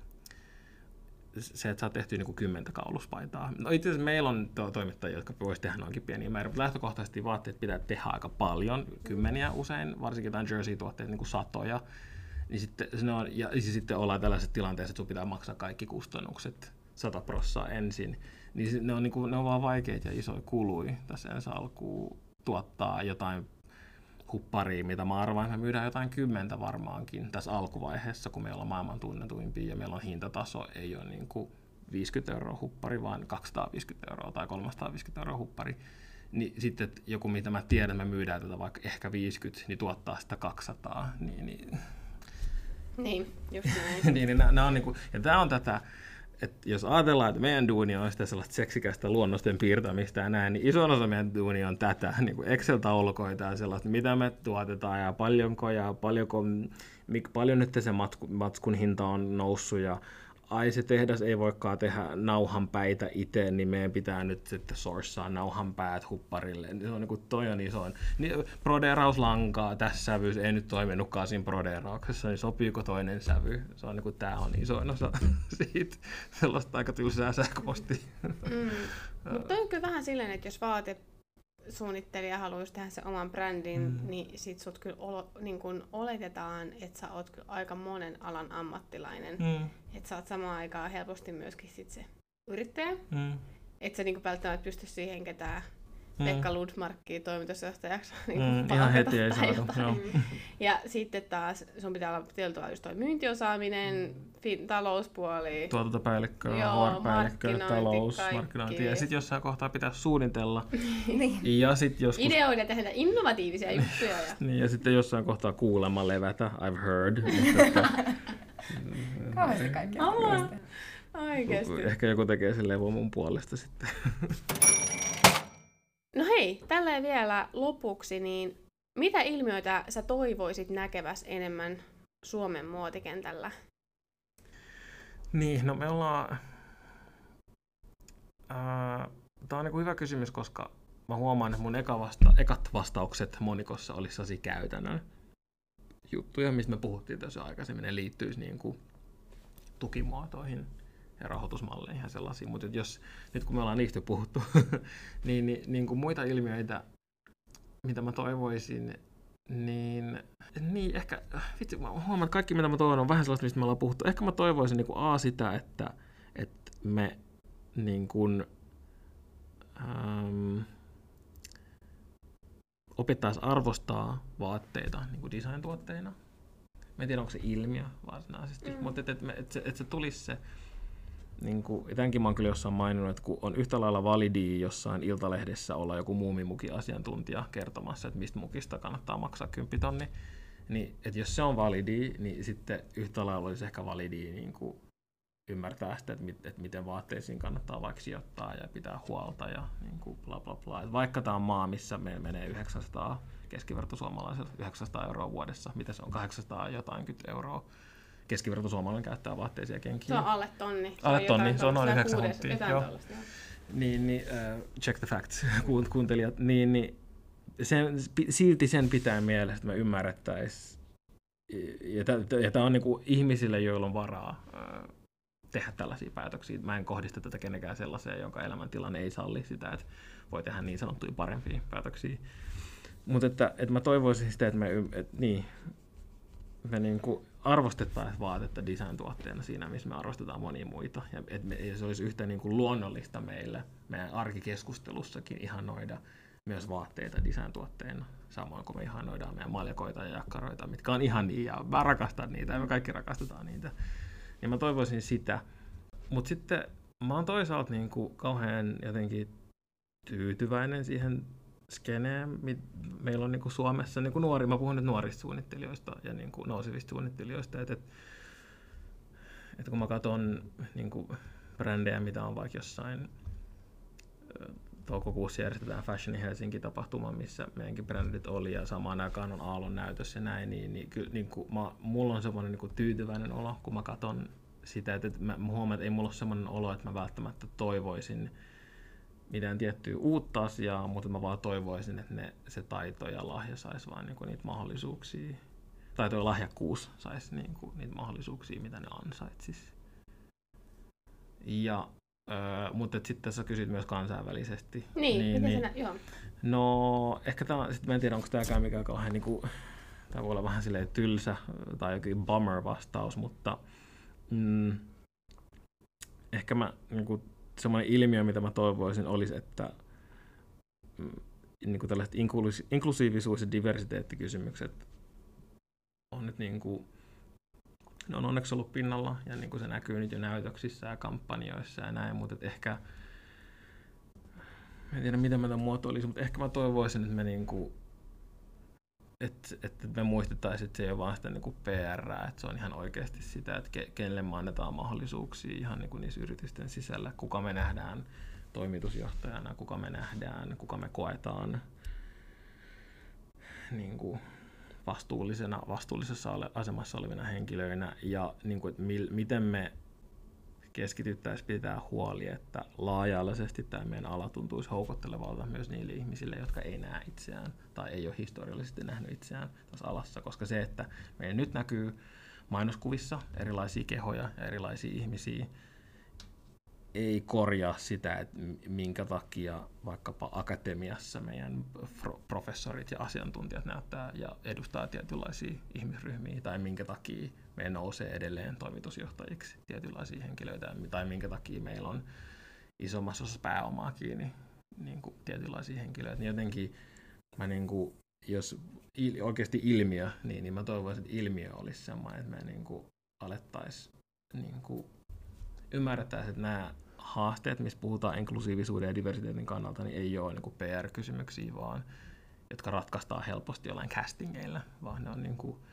se, että saa tehtyä niin kuin kymmentä kauluspaitaa. No itse asiassa meillä on to- toimittajia, jotka voisi tehdä noinkin pieniä määriä, mutta lähtökohtaisesti vaatteet pitää tehdä aika paljon, kymmeniä usein, varsinkin jotain jersey-tuotteet, niin kuin satoja. Niin sitten, ne on, ja sitten ollaan tällaisessa tilanteessa, että sun pitää maksaa kaikki kustannukset sata prossaa ensin. Niin ne on, niin kuin, ne on vaan vaikeita ja isoja kuluja tässä ensi alkuun tuottaa jotain hupparia, mitä mä arvaan, että me myydään jotain kymmentä varmaankin tässä alkuvaiheessa, kun meillä on maailman tunnetuimpia ja meillä on hintataso, ei ole niin kuin viisikymmentä euroa huppari, vaan kaksisataaviisikymmentä euroa tai kolmesataaviisikymmentä euroa huppari. Niin sitten joku, mitä mä tiedän, me myydään tätä vaikka ehkä viisikymmentä, niin tuottaa sitä kaksisataa. Niin, niin. Niin, just näin. niin, niin, nämä on, niin kuin, ja tämä on tätä, että jos ajatellaan, että meidän duuni on sitä sellaista seksikästä luonnosten piirtämistä ja näin, niin iso osa meidän duuni on tätä, niin kuin Excel-taulukoita ja sellaista, mitä me tuotetaan ja paljonko ja paljonko, paljon nyt se matku, matskun hinta on noussut ja ai se tehdas ei voikaan tehdä nauhanpäitä itse, niin meidän pitää nyt sitten sourcea nauhanpäät hupparille. Se on niin kuin toi on isoin. Niin, prodeerauslankaa tässä sävyys ei nyt toiminutkaan siinä prodeerauksessa, niin sopiiko toinen sävy? Se on niin kuin, tää on isoin osa siitä. Sellaista aika tylsää sähköpostia. Mm. Mutta toi on kyllä vähän silleen, että jos vaatesuunnittelija haluaisi tehdä sen oman brändin, mm. niin sit sut kyllä olo, niin kun oletetaan, että sä oot kyllä aika monen alan ammattilainen. Mm. Että sä oot samaan aikaan helposti myöskin sit se yrittäjä. Mm. Että sä niinku välttämättä pysty siihen ketään mm. Pekka Ludmarkkia toimitusjohtajaksi niinku mm. Ihan heti ei saada. Ja sitten taas sun pitää olla tietyllä tavalla just toi myyntiosaaminen, fin- talouspuoli, tuotantopäällikkö, H R-päällikkö, talous, kaikki. Markkinointi. Ja sitten jossain kohtaa pitää suunnitella. niin. Ja sit joskus ideoida tehdä innovatiivisia juttuja. Ja... niin, ja sitten jossain kohtaa kuulemma levätä, I've heard. Kauheasti kaikkea. Oikeesti. Ehkä joku tekee sen levo mun puolesta sitten. No hei, tälleen vielä lopuksi, niin mitä ilmiöitä sä toivoisit näkeväs enemmän Suomen muotikentällä? Niin, no me ollaan... Ää, tää on niin hyvä kysymys, koska mä huomaan, että mun eka vasta... ekat vastaukset Monikossa olisi sellaisia käytännön juttuja, mistä me puhuttiin tässä aikaisemmin. Ne liittyisi niin kuin tukimuotoihin ja rahoitusmalleihin ja sellaisiin, mutta jos, nyt kun me ollaan niistä puhuttu, niin, niin, niin kuin muita ilmiöitä, mitä mä toivoisin, niin, niin ehkä, vitsi, mä huomaan, että kaikki mitä mä toivon on vähän sellaista, mistä me ollaan puhuttu. Ehkä mä toivoisin niin kuin A sitä, että, että me niin kuin, ähm, opittaisiin arvostaa vaatteita niin kuin design-tuotteina. Mä en tiedä, onko se ilmiö varsinaisesti, mm. mutta että et, et, et se, et se tulisi se, niin kuin, tämänkin mä oon kyllä jossain maininnut, että kun on yhtä lailla validia jossain Iltalehdessä olla joku muumimuki-asiantuntija kertomassa, että mistä mukista kannattaa maksaa kymppitonni, niin että jos se on validi, niin sitten yhtä lailla olisi ehkä validi niin kuin ymmärtää sitä, että, mit, että miten vaatteisiin kannattaa vaikka sijoittaa ja pitää huolta ja niin kuin bla bla bla. Et vaikka tämä on maa, missä meillä menee yhdeksänsataa keskivertosuomalaiset yhdeksänsataa euroa vuodessa, mitä se on kahdeksansataa jotain euroa. Keskivertosuomalainen käyttää vaatteisia kenkiä. Se on alle tonni. Se alle on tonni, se on noin yhdeksän hunttia. Niin, niin uh, check the facts, kuuntelijat. Niin, niin sen, silti sen pitää mielessä, että me ymmärrettäisiin ja tämä on niinku ihmisille, joilla on varaa ää, tehdä tällaisia päätöksiä. Mä en kohdista tätä kenenkään sellaiseen, jonka elämäntilanne ei salli sitä, että voi tehdä niin sanottuja parempia päätöksiä. Mutta että, että mä toivoisin sitä, että me, et, niin, me niinku arvostettaisiin vaatetta design-tuotteena siinä, missä me arvostetaan monia muita. Ja että me, se olisi yhtä niinku luonnollista meille, meidän arkikeskustelussakin ihanoida myös vaatteita design-tuotteena. Samoin kuin me ihanoidaan meidän maljakoita ja jakkaroita, mitkä on ihan niin, ja mä rakastan niitä, ja me kaikki rakastetaan niitä. Ja mä toivoisin sitä. Mutta sitten mä oon toisaalta niinku kauhean jotenkin tyytyväinen siihen skeneen. Meillä on niinku Suomessa niinku nuori, mä puhun nyt nuorista suunnittelijoista ja niinku nousevista suunnittelijoista, että et, et kun mä katson niinku brändejä, mitä on vaikka jossain toukokuussa järjestetään Fashion Helsinki-tapahtuma, missä meidänkin brändit oli ja samaan aikaan on Aallon näytös ja näin, niin, niin, kyllä, niin kuin, mä, mulla on semmoinen niin kuin tyytyväinen olo, kun mä katson sitä, että, että mä huomaan, että ei mulla ole semmoinen olo, että mä välttämättä toivoisin mitään tiettyä uutta asiaa, mutta mä vaan toivoisin, että ne, se taito ja lahja saisi vaan niin kuin niitä mahdollisuuksia, tai tuo lahjakkuus saisi niin kuin niitä mahdollisuuksia, mitä ne ansaitsisi. Ja Öö, mutta sitten sä kysyt myös kansainvälisesti. Niin, niin, miten niin. Sinä, joo. No, ehkä tämä, sit mä en tiedä, onko tämäkään mikään kauhean, niinku, tämä voi olla vähän silleen tylsä tai jokin bummer-vastaus, mutta mm, ehkä mä, niinku, semmoinen ilmiö, mitä mä toivoisin, olisi, että mm, niinku tällaiset inklusi- inklusiivisuus- ja diversiteettikysymykset on nyt niinku, ne on onneksi ollut pinnalla ja niin kuin se näkyy nyt jo näytöksissä ja kampanjoissa ja näin, mutta ehkä, en tiedä miten mä tämän muotoilisin, mutta ehkä mä toivoisin, että me, niin kuin, että, että me muistettaisiin, että se ei ole vaan sitä niin kuin P R, että se on ihan oikeasti sitä, että ke, kenelle me annetaan mahdollisuuksia ihan niin kuin niissä yritysten sisällä, kuka me nähdään toimitusjohtajana, kuka me nähdään, kuka me koetaan niin kuin vastuullisena, vastuullisessa asemassa olevina henkilöinä ja niin kuin, että mil, miten me keskityttäisiin pitää huoli, että laaja-alaisesti tämä meidän ala tuntuisi houkuttelevalta myös niille ihmisille, jotka ei näe itseään tai ei ole historiallisesti nähnyt itseään tässä alassa, koska se, että meidän nyt näkyy mainoskuvissa erilaisia kehoja ja erilaisia ihmisiä, ei korjaa sitä, että minkä takia vaikkapa akatemiassa meidän professorit ja asiantuntijat näyttää ja edustaa tietynlaisia ihmisryhmiä, tai minkä takia me nousee edelleen toimitusjohtajiksi tietynlaisia henkilöitä, tai minkä takia meillä on isommassa osassa pääomaa kiinni niin kuin tietynlaisia henkilöitä. Niin jotenkin, mä niin kuin, jos il, oikeasti ilmiö, niin, niin mä toivoisin, että ilmiö olisi sellainen, että me niin kuin alettaisiin niin kuin ymmärrettäisiin, että nämä haasteet, missä puhutaan inklusiivisuuden ja diversiteetin kannalta, niin ei ole niin kuin P R-kysymyksiä, vaan jotka ratkaistaan helposti jollain castingeilla, vaan ne on niin kuin,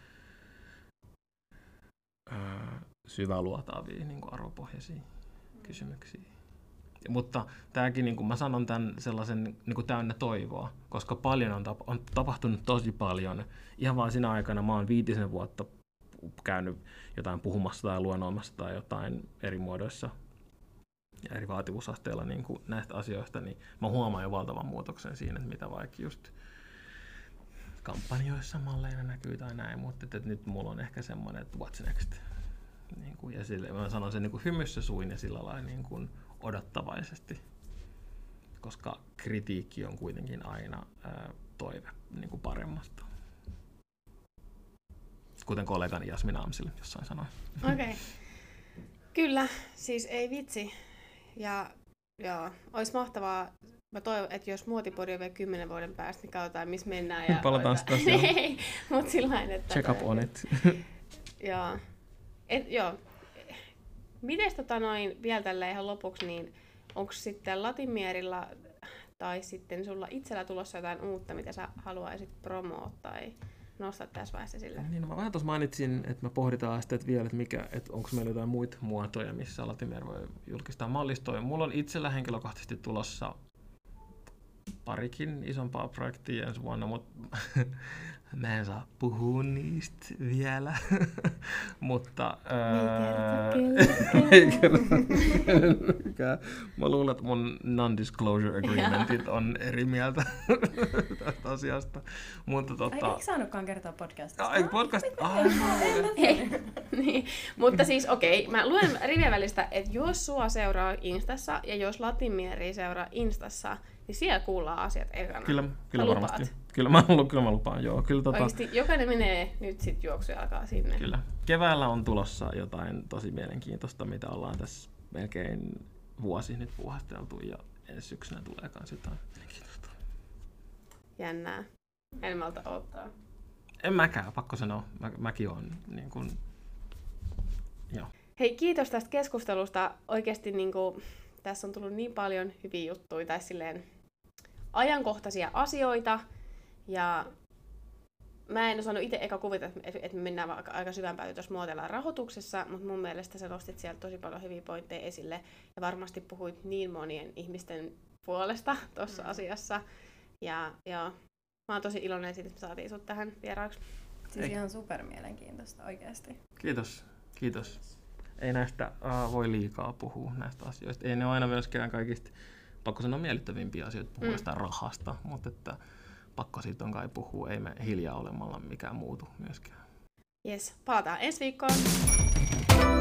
öö, syväluotaavia niin kuin arvopohjaisia kysymyksiä. Mutta tämäkin, niin kuin mä sanon tämän sellaisen niin kuin täynnä toivoa, koska paljon on, tap- on tapahtunut tosi paljon. Ihan vaan siinä aikana mä oon viitisen vuotta käynyt jotain puhumassa tai luennoimassa tai jotain eri muodoissa ja eri vaativuusasteilla niin kuin näistä asioista, niin mä huomaan jo valtavan muutoksen siinä, että mitä vaikka just kampanjoissa malleina näkyy tai näin, mutta että nyt mulla on ehkä semmoinen, että what's next. Niin kuin, ja sille, mä sanon sen niin kuin hymyssä suin ja sillä lailla niin kuin odottavaisesti, koska kritiikki on kuitenkin aina ää, toive niin kuin paremmasta. Kuten kollegani Jasmin Amsille jossain sanoi. Okei. Okay. Kyllä, siis ei vitsi. Ja joo, olisi mahtavaa. Mä toivon, että jos muotipodi on vielä kymmenen vuoden päästä, niin katsotaan, missä mennään. Ja palataan sitä asiaan. Ei, mutta sillain, että... Check up on it. Joo. Et, joo. Mites tota noin, vielä tällä ihan lopuksi, niin onko sitten Latimierilla tai sitten sulla itsellä tulossa jotain uutta, mitä sä haluaisit promoa tai nostaa tässä vaiheessa sille? Niin, no mä vähän tuossa mainitsin, että me pohditaan sitten että vielä, että, mikä, että onko meillä jotain muita muotoja, missä Latimer voi julkistaa mallistoja. Mulla on itsellä henkilökohtaisesti tulossa parikin isompaa projektia ensi vuonna, mutta Mä en saa puhua niistä vielä, mutta... Ei kerta kellekään. Mä luulen, että mun non-disclosure agreementit on eri mieltä tästä asiasta. Mutta tota... Ai, eikö saanutkaan kertoa podcastista? Ai, podcast... Hei. Niin. Mutta siis okei, okay, mä luen rivien välistä, että jos sua seuraa Instassa ja jos Latimieri seuraa Instassa, niin siellä kuullaan asiat ekana. Kyllä, kyllä Sä varmasti. lupaat? Kyllä mä, kyllä mä lupaan, joo. Kyllä, tota... Oikeasti jokainen menee nyt sit juoksujalkaa sinne. Kyllä. Keväällä on tulossa jotain tosi mielenkiintoista, mitä ollaan tässä melkein vuosi nyt puuhasteltu ja ensi syksynä tulee kans jotain mielenkiintoista. Jännää. En malta odottaa. En mäkään, pakko sanoa. Mä, mäkin on niin kuin... Joo. Hei, kiitos tästä keskustelusta. Oikeasti niin kuin, tässä on tullut niin paljon hyviä juttuja tai silleen ajankohtaisia asioita. Ja mä en osannut itse eka kuvita, että me mennään aika syvään päätyä tuossa muotellaan rahoituksessa, mutta mun mielestä sä nostit sieltä tosi paljon hyviä pointteja esille ja varmasti puhuit niin monien ihmisten puolesta tuossa mm. asiassa. Ja joo, mä oon tosi iloinen siitä, että me saatiin sut tähän vieraaksi. Siis ihan super mielenkiintoista oikeasti. Kiitos, kiitos. Ei näistä uh, voi liikaa puhua näistä asioista. Ei ne ole aina myöskään kaikista, pakko sanoa miellyttävimpiä asioita puhua mm. rahasta, mutta että pakko siitä on kai puhua, ei me hiljaa olemalla mikään muutu myöskään. Jes, palataan ensi viikkoon.